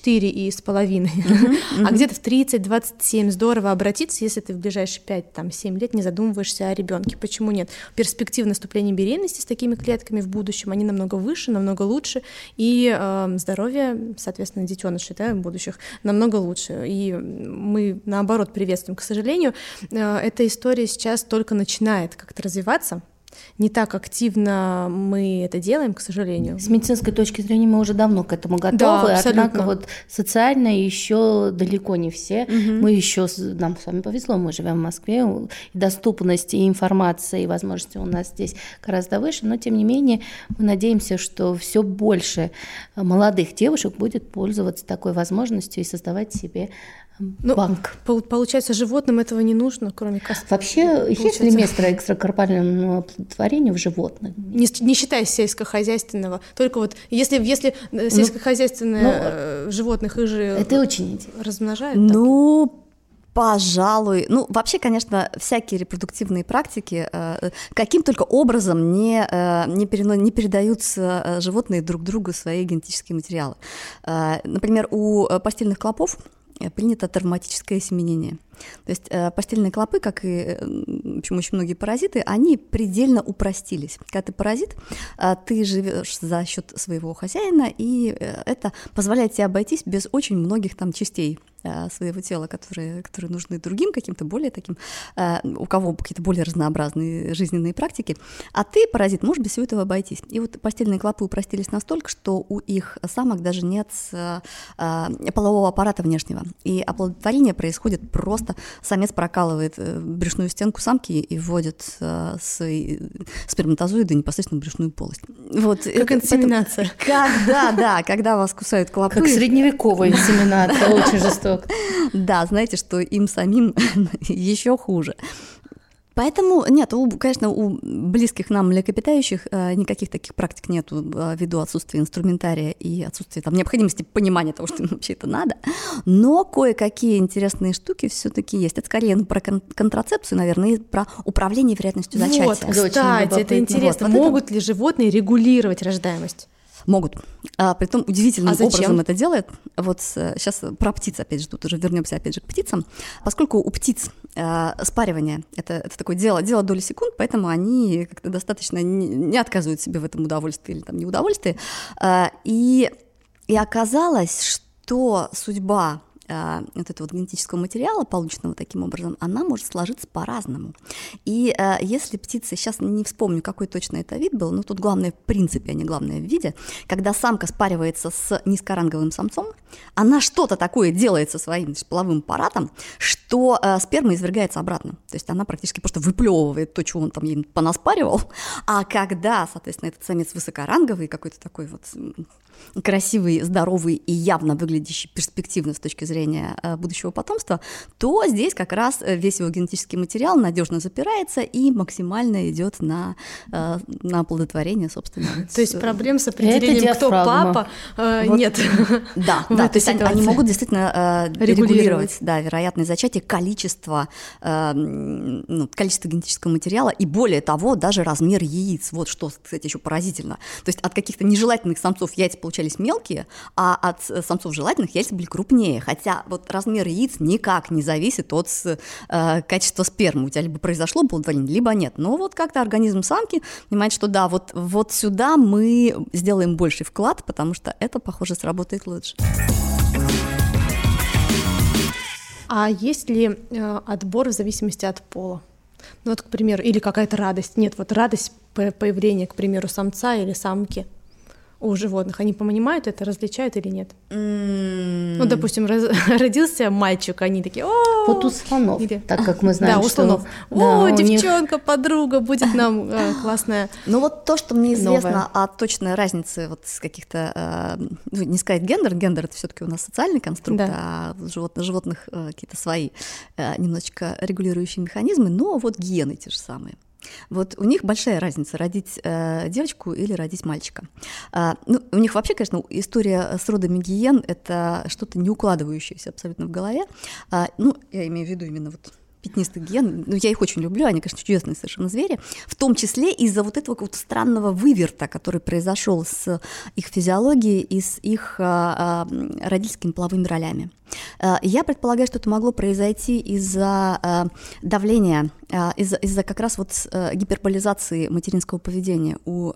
34,5, а где-то в 30-27. Здорово обратиться, если ты в ближайшие 5-7 лет не задумываешься о ребенке. Почему нет? Перспективы наступления беременности с такими клетками в будущем, они намного выше, намного лучше, и здоровье, соответственно, детенышей, будущих, намного лучше. И мы, наоборот, приветствуем. К сожалению, эта история сейчас только начинает как-то развиваться. Не так активно мы это делаем, к сожалению. С медицинской точки зрения мы уже давно к этому готовы, однако вот социально еще далеко не все. Мы еще, нам с вами повезло, мы живем в Москве, и доступность и информация, и возможности у нас здесь гораздо выше, но тем не менее мы надеемся, что все больше молодых девушек будет пользоваться такой возможностью и создавать себе банк. Получается, животным этого не нужно, кроме косметики. Вообще, есть ли место экстракорпоральному оплодотворению в животных? Не считая сельскохозяйственного. Только вот если сельскохозяйственное животных их же это очень интересно. Размножают. Пожалуй. Вообще, конечно, всякие репродуктивные практики каким только образом не передаются животные друг другу свои генетические материалы. Например, у постельных клопов принято травматическое осеменение. То есть постельные клопы, как и в общем, очень многие паразиты, они предельно упростились. Когда ты паразит, ты живешь за счет своего хозяина, и это позволяет тебе обойтись без очень многих там частей своего тела, которые нужны другим, каким-то более таким, у кого какие-то более разнообразные жизненные практики, а ты, паразит, можешь без всего этого обойтись. И вот постельные клопы упростились настолько, что у их самок даже нет полового аппарата внешнего, и оплодотворение происходит просто, самец прокалывает брюшную стенку самки и вводит свои сперматозоиды непосредственно в брюшную полость. Вот, как инсеминация. Когда вас кусают клопы. Как средневековая инсеминация, очень жестоко. Да, знаете, что им самим еще хуже. Поэтому нет, конечно, у близких нам млекопитающих никаких таких практик нет ввиду отсутствия инструментария и отсутствия там необходимости понимания того, что им вообще это надо. Но кое-какие интересные штуки все-таки есть. Это скорее про контрацепцию, наверное, и про управление вероятностью зачатия. Вот, кстати, это интересно. Могут ли животные регулировать рождаемость? Могут. Притом удивительным образом это делает. Вот сейчас про птиц, опять же, тут уже вернемся опять же к птицам. Поскольку у птиц спаривание это такое дело доли секунд, поэтому они как-то достаточно не отказывают себе в этом удовольствии или там неудовольствии. И оказалось, что судьба вот этого генетического материала, полученного таким образом, она может сложиться по-разному. И если птица, сейчас не вспомню, какой точно это вид был, но тут главное в принципе, а не главное в виде, когда самка спаривается с низкоранговым самцом, она что-то такое делает со своим половым аппаратом, что сперма извергается обратно. То есть она практически просто выплевывает то, чего он там ей понаспаривал. А когда, соответственно, этот самец высокоранговый, какой-то такой вот красивый, здоровый и явно выглядящий перспективно с точки зрения будущего потомства, то здесь как раз весь его генетический материал надежно запирается и максимально идет на оплодотворение, собственно. То есть проблем с определением, кто папа, нет. Да, то есть они могут действительно регулировать вероятность зачатия, количество генетического материала и, более того, даже размер яиц. Вот что, кстати, еще поразительно. То есть от каких-то нежелательных самцов яйца получались мелкие, а от самцов желательных яйца были крупнее. Хотя вот размер яиц никак не зависит от качества спермы. У тебя либо произошло оплодотворение, либо нет. Но вот как-то организм самки понимает, что да, вот сюда мы сделаем больший вклад, потому что это, похоже, сработает лучше. А есть ли отбор в зависимости от пола? Ну вот, к примеру, или какая-то радость. Нет, вот радость появления, к примеру, самца или самки у животных. Они понимают это, различают или нет? Ну, допустим, родился мальчик, они такие: о, вот у слонов, так как мы знаем, да, у слонов. О, девчонка, подруга, будет нам классная. Ну вот то, что мне известно о точной разнице вот с каких-то, не сказать гендер это все-таки у нас социальный конструкт, а у животных какие-то свои немножечко регулирующие механизмы, но вот гены те же самые. Вот у них большая разница, родить девочку или родить мальчика. У них вообще, конечно, история с родами гиен – это что-то не укладывающееся абсолютно в голове. Я имею в виду именно вот пятнистых гиен. Я их очень люблю, они, конечно, чудесные совершенно звери, в том числе из-за вот этого какого-то странного выверта, который произошел с их физиологией и с их родительскими половыми ролями. Я предполагаю, что это могло произойти из-за давления, из-за как раз вот гиперболизации материнского поведения у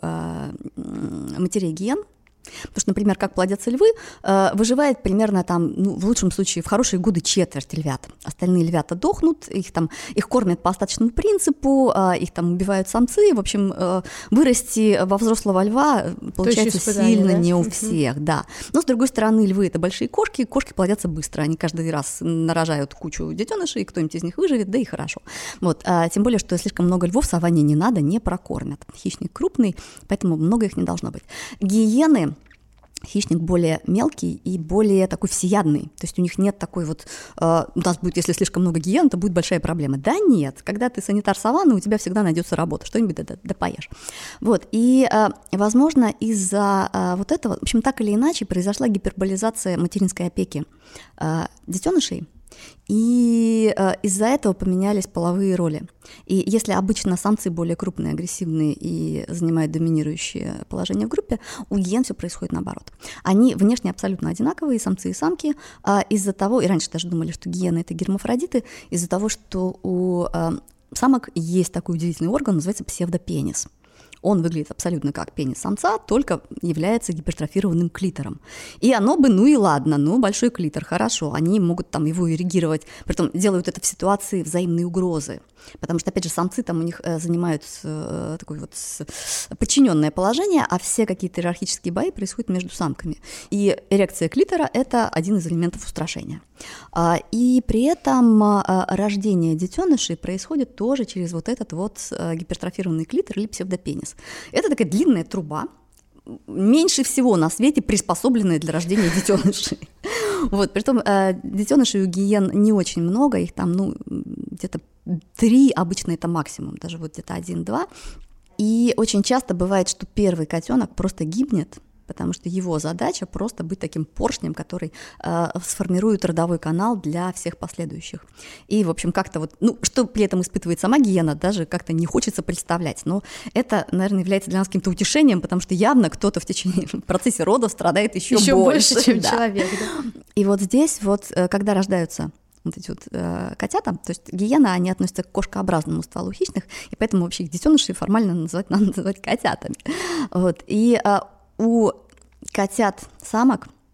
матерей гиен. Потому что, например, как плодятся львы, выживает примерно там, в лучшем случае, в хорошие годы четверть львят. Остальные львята дохнут, их кормят по остаточному принципу, их там убивают самцы. В общем, вырасти во взрослого льва получается сильно не у всех, да. Но, с другой стороны, львы – это большие кошки плодятся быстро, они каждый раз нарожают кучу детенышей, кто-нибудь из них выживет, да и хорошо. Вот. Тем более, что слишком много львов саванне не надо, не прокормят. Хищник крупный, поэтому много их не должно быть. Гиены – хищник более мелкий и более такой всеядный. То есть у них нет такой вот... у нас будет, если слишком много гиен, то будет большая проблема. Да нет, когда ты санитар саванны, у тебя всегда найдется работа, что-нибудь да поешь. Вот. И, возможно, из-за вот этого, в общем, так или иначе, произошла гиперболизация материнской опеки детенышей. И из-за этого поменялись половые роли. И если обычно самцы более крупные, агрессивные и занимают доминирующее положение в группе, у гиен все происходит наоборот. Они внешне абсолютно одинаковые, самцы и самки, из-за того, и раньше даже думали, что гиены – это гермафродиты, из-за того, что у самок есть такой удивительный орган, называется псевдопенис. Он выглядит абсолютно как пенис самца, только является гипертрофированным клитором. И оно бы, и ладно, большой клитор, хорошо, они могут там его ирригировать, притом делают это в ситуации взаимной угрозы, потому что, опять же, самцы там у них занимают такое вот подчиненное положение, а все какие-то иерархические бои происходят между самками. И эрекция клитора – это один из элементов устрашения. И при этом рождение детенышей происходит тоже через вот этот вот гипертрофированный клитор или псевдопенис. Это такая длинная труба, меньше всего на свете приспособленная для рождения детенышей. Вот, притом детенышей у гиен не очень много, их там где-то 3, обычно это максимум, даже вот где-то 1-2. И очень часто бывает, что первый котенок просто гибнет, потому что его задача просто быть таким поршнем, который сформирует родовой канал для всех последующих. И, в общем, как-то вот, что при этом испытывает сама гиена, даже как-то не хочется представлять. Но это, наверное, является для нас каким-то утешением, потому что явно кто-то в процессе родов страдает еще больше, чем человек. Да. И вот здесь, когда рождаются вот эти вот котята, то есть гиены, они относятся к кошкообразному стволу хищных, и поэтому вообще их детенышей формально надо называть котятами. Вот. И у котят-самок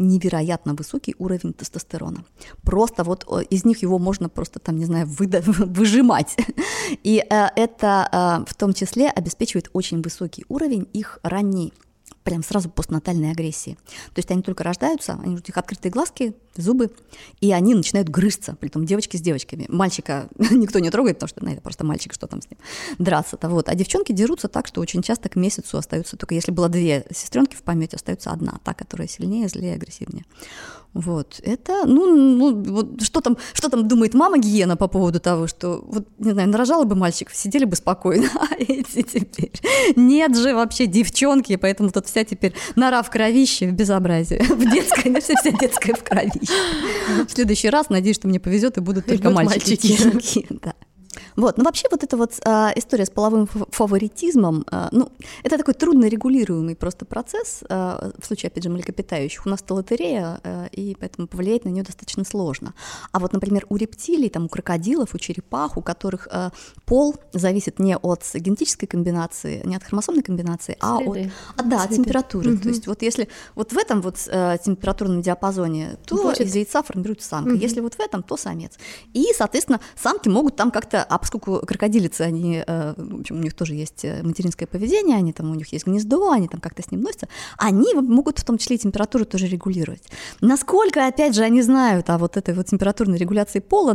невероятно высокий уровень тестостерона. Просто вот из них его можно просто там, не знаю, выжимать. И это в том числе обеспечивает очень высокий уровень их ранней, прям сразу постнатальной агрессии. То есть они только рождаются, у них открытые глазки, зубы, и они начинают грызться, притом девочки с девочками. Мальчика никто не трогает, потому что это просто мальчик, что там с ним, драться-то. Вот. А девчонки дерутся так, что очень часто к месяцу остаются, только если было 2 сестренки в помете, остается 1, та, которая сильнее, злее, агрессивнее. Вот, это, вот что там думает мама гиена по поводу того, что, вот, не знаю, нарожала бы мальчиков, сидели бы спокойно, а эти теперь, нет же вообще девчонки, поэтому тут вся теперь нора в кровище, в безобразии, в детской, вся детская в кровище. В следующий раз, надеюсь, что мне повезет и будут только мальчики. Да. Вот, ну вообще вот эта вот история с половым фаворитизмом, это такой трудно регулируемый просто процесс, в случае, опять же, млекопитающих. У нас-то лотерея, и поэтому повлиять на нее достаточно сложно. А вот, например, у рептилий, там, у крокодилов, у черепах, у которых пол зависит не от генетической комбинации, не от хромосомной комбинации, а от температуры. То есть вот если вот в этом вот температурном диапазоне, то из яйца формируется самка, если вот в этом, то самец. И, соответственно, самки могут там как-то, а поскольку крокодилицы, они, в общем, у них тоже есть материнское поведение, они там, у них есть гнездо, они там как-то с ним носятся, они могут в том числе и температуру тоже регулировать. Насколько, опять же, они знают о вот этой вот температурной регуляции пола,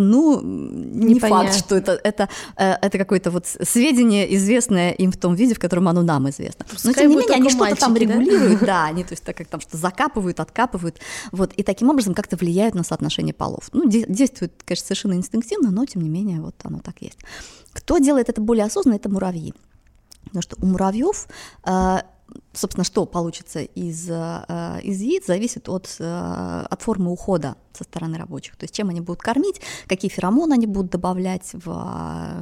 не факт, что это какое-то вот сведение, известное им в том виде, в котором оно нам известно. Пускай, но тем не менее, они что-то мальчики, там регулируют, да, они, то есть так как там что-то закапывают, откапывают, вот, и таким образом как-то влияют на соотношение полов. Действует, конечно, совершенно инстинктивно, но тем не менее, вот оно так есть. Кто делает это более осознанно, это муравьи. Потому что у муравьев, собственно, что получится из яиц, зависит от формы ухода со стороны рабочих. То есть чем они будут кормить, какие феромоны они будут добавлять в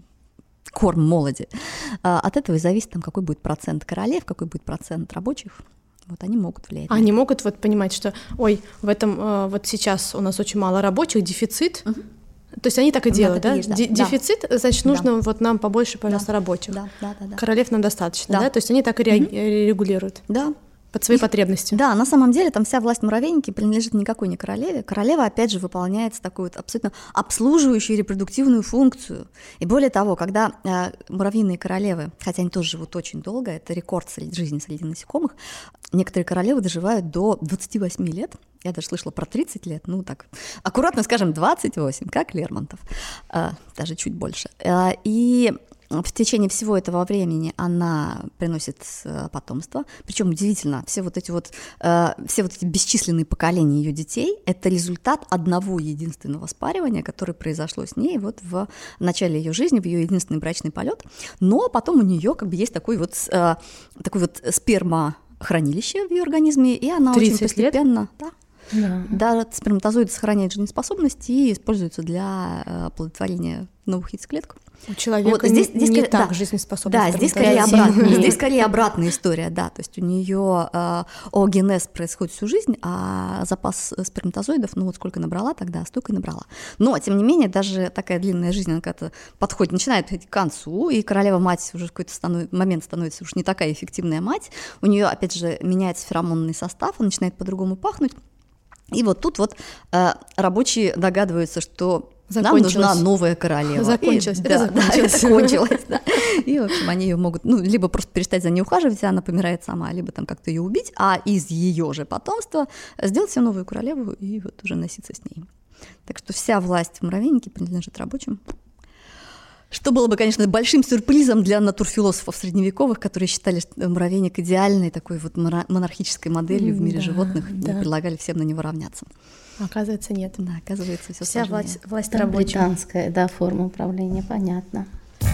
корм молоди. От этого и зависит, там, какой будет процент королев, какой будет процент рабочих. Вот они могут влиять. Они могут вот понимать, что, в этом вот сейчас у нас очень мало рабочих, дефицит. То есть они так и делают, да? Дефицит, значит, нужно вот нам побольше, пожалуйста, рабочих. Да. Королев нам достаточно, да? То есть они так и регулируют. Да. Под свои потребности. Да, на самом деле там вся власть муравейники принадлежит никакой не королеве. Королева, опять же, выполняет такую вот абсолютно обслуживающую репродуктивную функцию. И более того, когда муравьиные королевы, хотя они тоже живут очень долго, это рекорд жизни среди насекомых, некоторые королевы доживают до 28 лет. Я даже слышала про 30 лет, так, аккуратно скажем, 28, как Лермонтов, даже чуть больше. И в течение всего этого времени она приносит потомство. Причем удивительно, все вот эти бесчисленные поколения ее детей – это результат одного единственного спаривания, которое произошло с ней вот в начале ее жизни, в ее единственный брачный полет. Но потом у нее есть такой вот спермохранилище в ее организме, и она очень постепенно… Да, сперматозоиды сохраняют жизнеспособность и используются для оплодотворения новых яйцеклеток. У человека здесь не так жизнеспособность. Да, здесь скорее обратная история, да, то есть у нее оогенез происходит всю жизнь, а запас сперматозоидов, сколько набрала тогда, столько и набрала. Но, тем не менее, даже такая длинная жизнь, она как-то подходит, начинает к концу, и королева-мать уже в какой-то момент становится уж не такая эффективная мать, у нее, опять же, меняется феромонный состав, она начинает по-другому пахнуть, и вот тут вот рабочие догадываются, что нам нужна новая королева. Закончилось. Это закончилось, да. И, в общем, они ее могут, либо просто перестать за ней ухаживать, и она помирает сама, либо там как-то ее убить, а из ее же потомства сделать себе новую королеву и вот уже носиться с ней. Так что вся власть в муравейнике принадлежит рабочим. Что было бы, конечно, большим сюрпризом для натурфилософов средневековых, которые считали муравейник идеальной такой вот монархической моделью в мире животных и предлагали всем на него равняться. Оказывается, нет. Да, оказывается, все вся сложнее. власть рабочих. Британская, форма управления, понятно.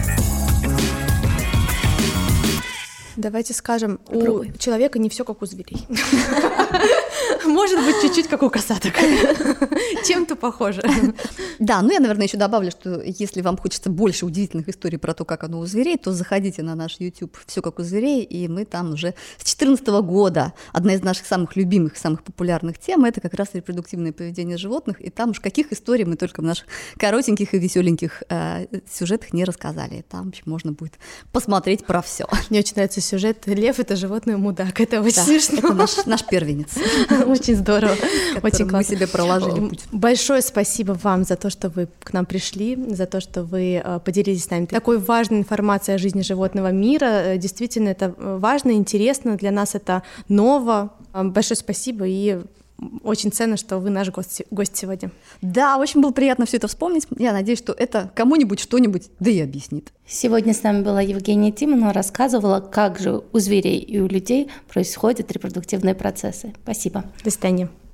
Давайте скажем, у человека не все как у зверей. Может быть, чуть-чуть как у косаток. Чем-то похоже. Да, я, наверное, еще добавлю, что если вам хочется больше удивительных историй про то, как оно у зверей, то заходите на наш YouTube «Все как у зверей», и мы там уже с 2014 года. Одна из наших самых любимых, самых популярных тем – это как раз репродуктивное поведение животных, и там уж каких историй мы только в наших коротеньких и веселеньких сюжетах не рассказали. Там можно будет посмотреть про все. Мне очень нравится сюжет. Лев — это животное мудак. Это очень смешно. Это наш первенец. Очень здорово, очень классно. Мы себе проложили путь. Большое спасибо вам за то, что вы к нам пришли, за то, что вы поделились с нами такой важной информацией о жизни животного мира. Действительно, это важно, интересно, для нас это ново. Большое спасибо и очень ценно, что вы наш гость сегодня. Да, очень было приятно все это вспомнить. Я надеюсь, что это кому-нибудь что-нибудь да и объяснит. Сегодня с нами была Евгения Тимонова, рассказывала, как же у зверей и у людей происходят репродуктивные процессы. Спасибо. До свидания.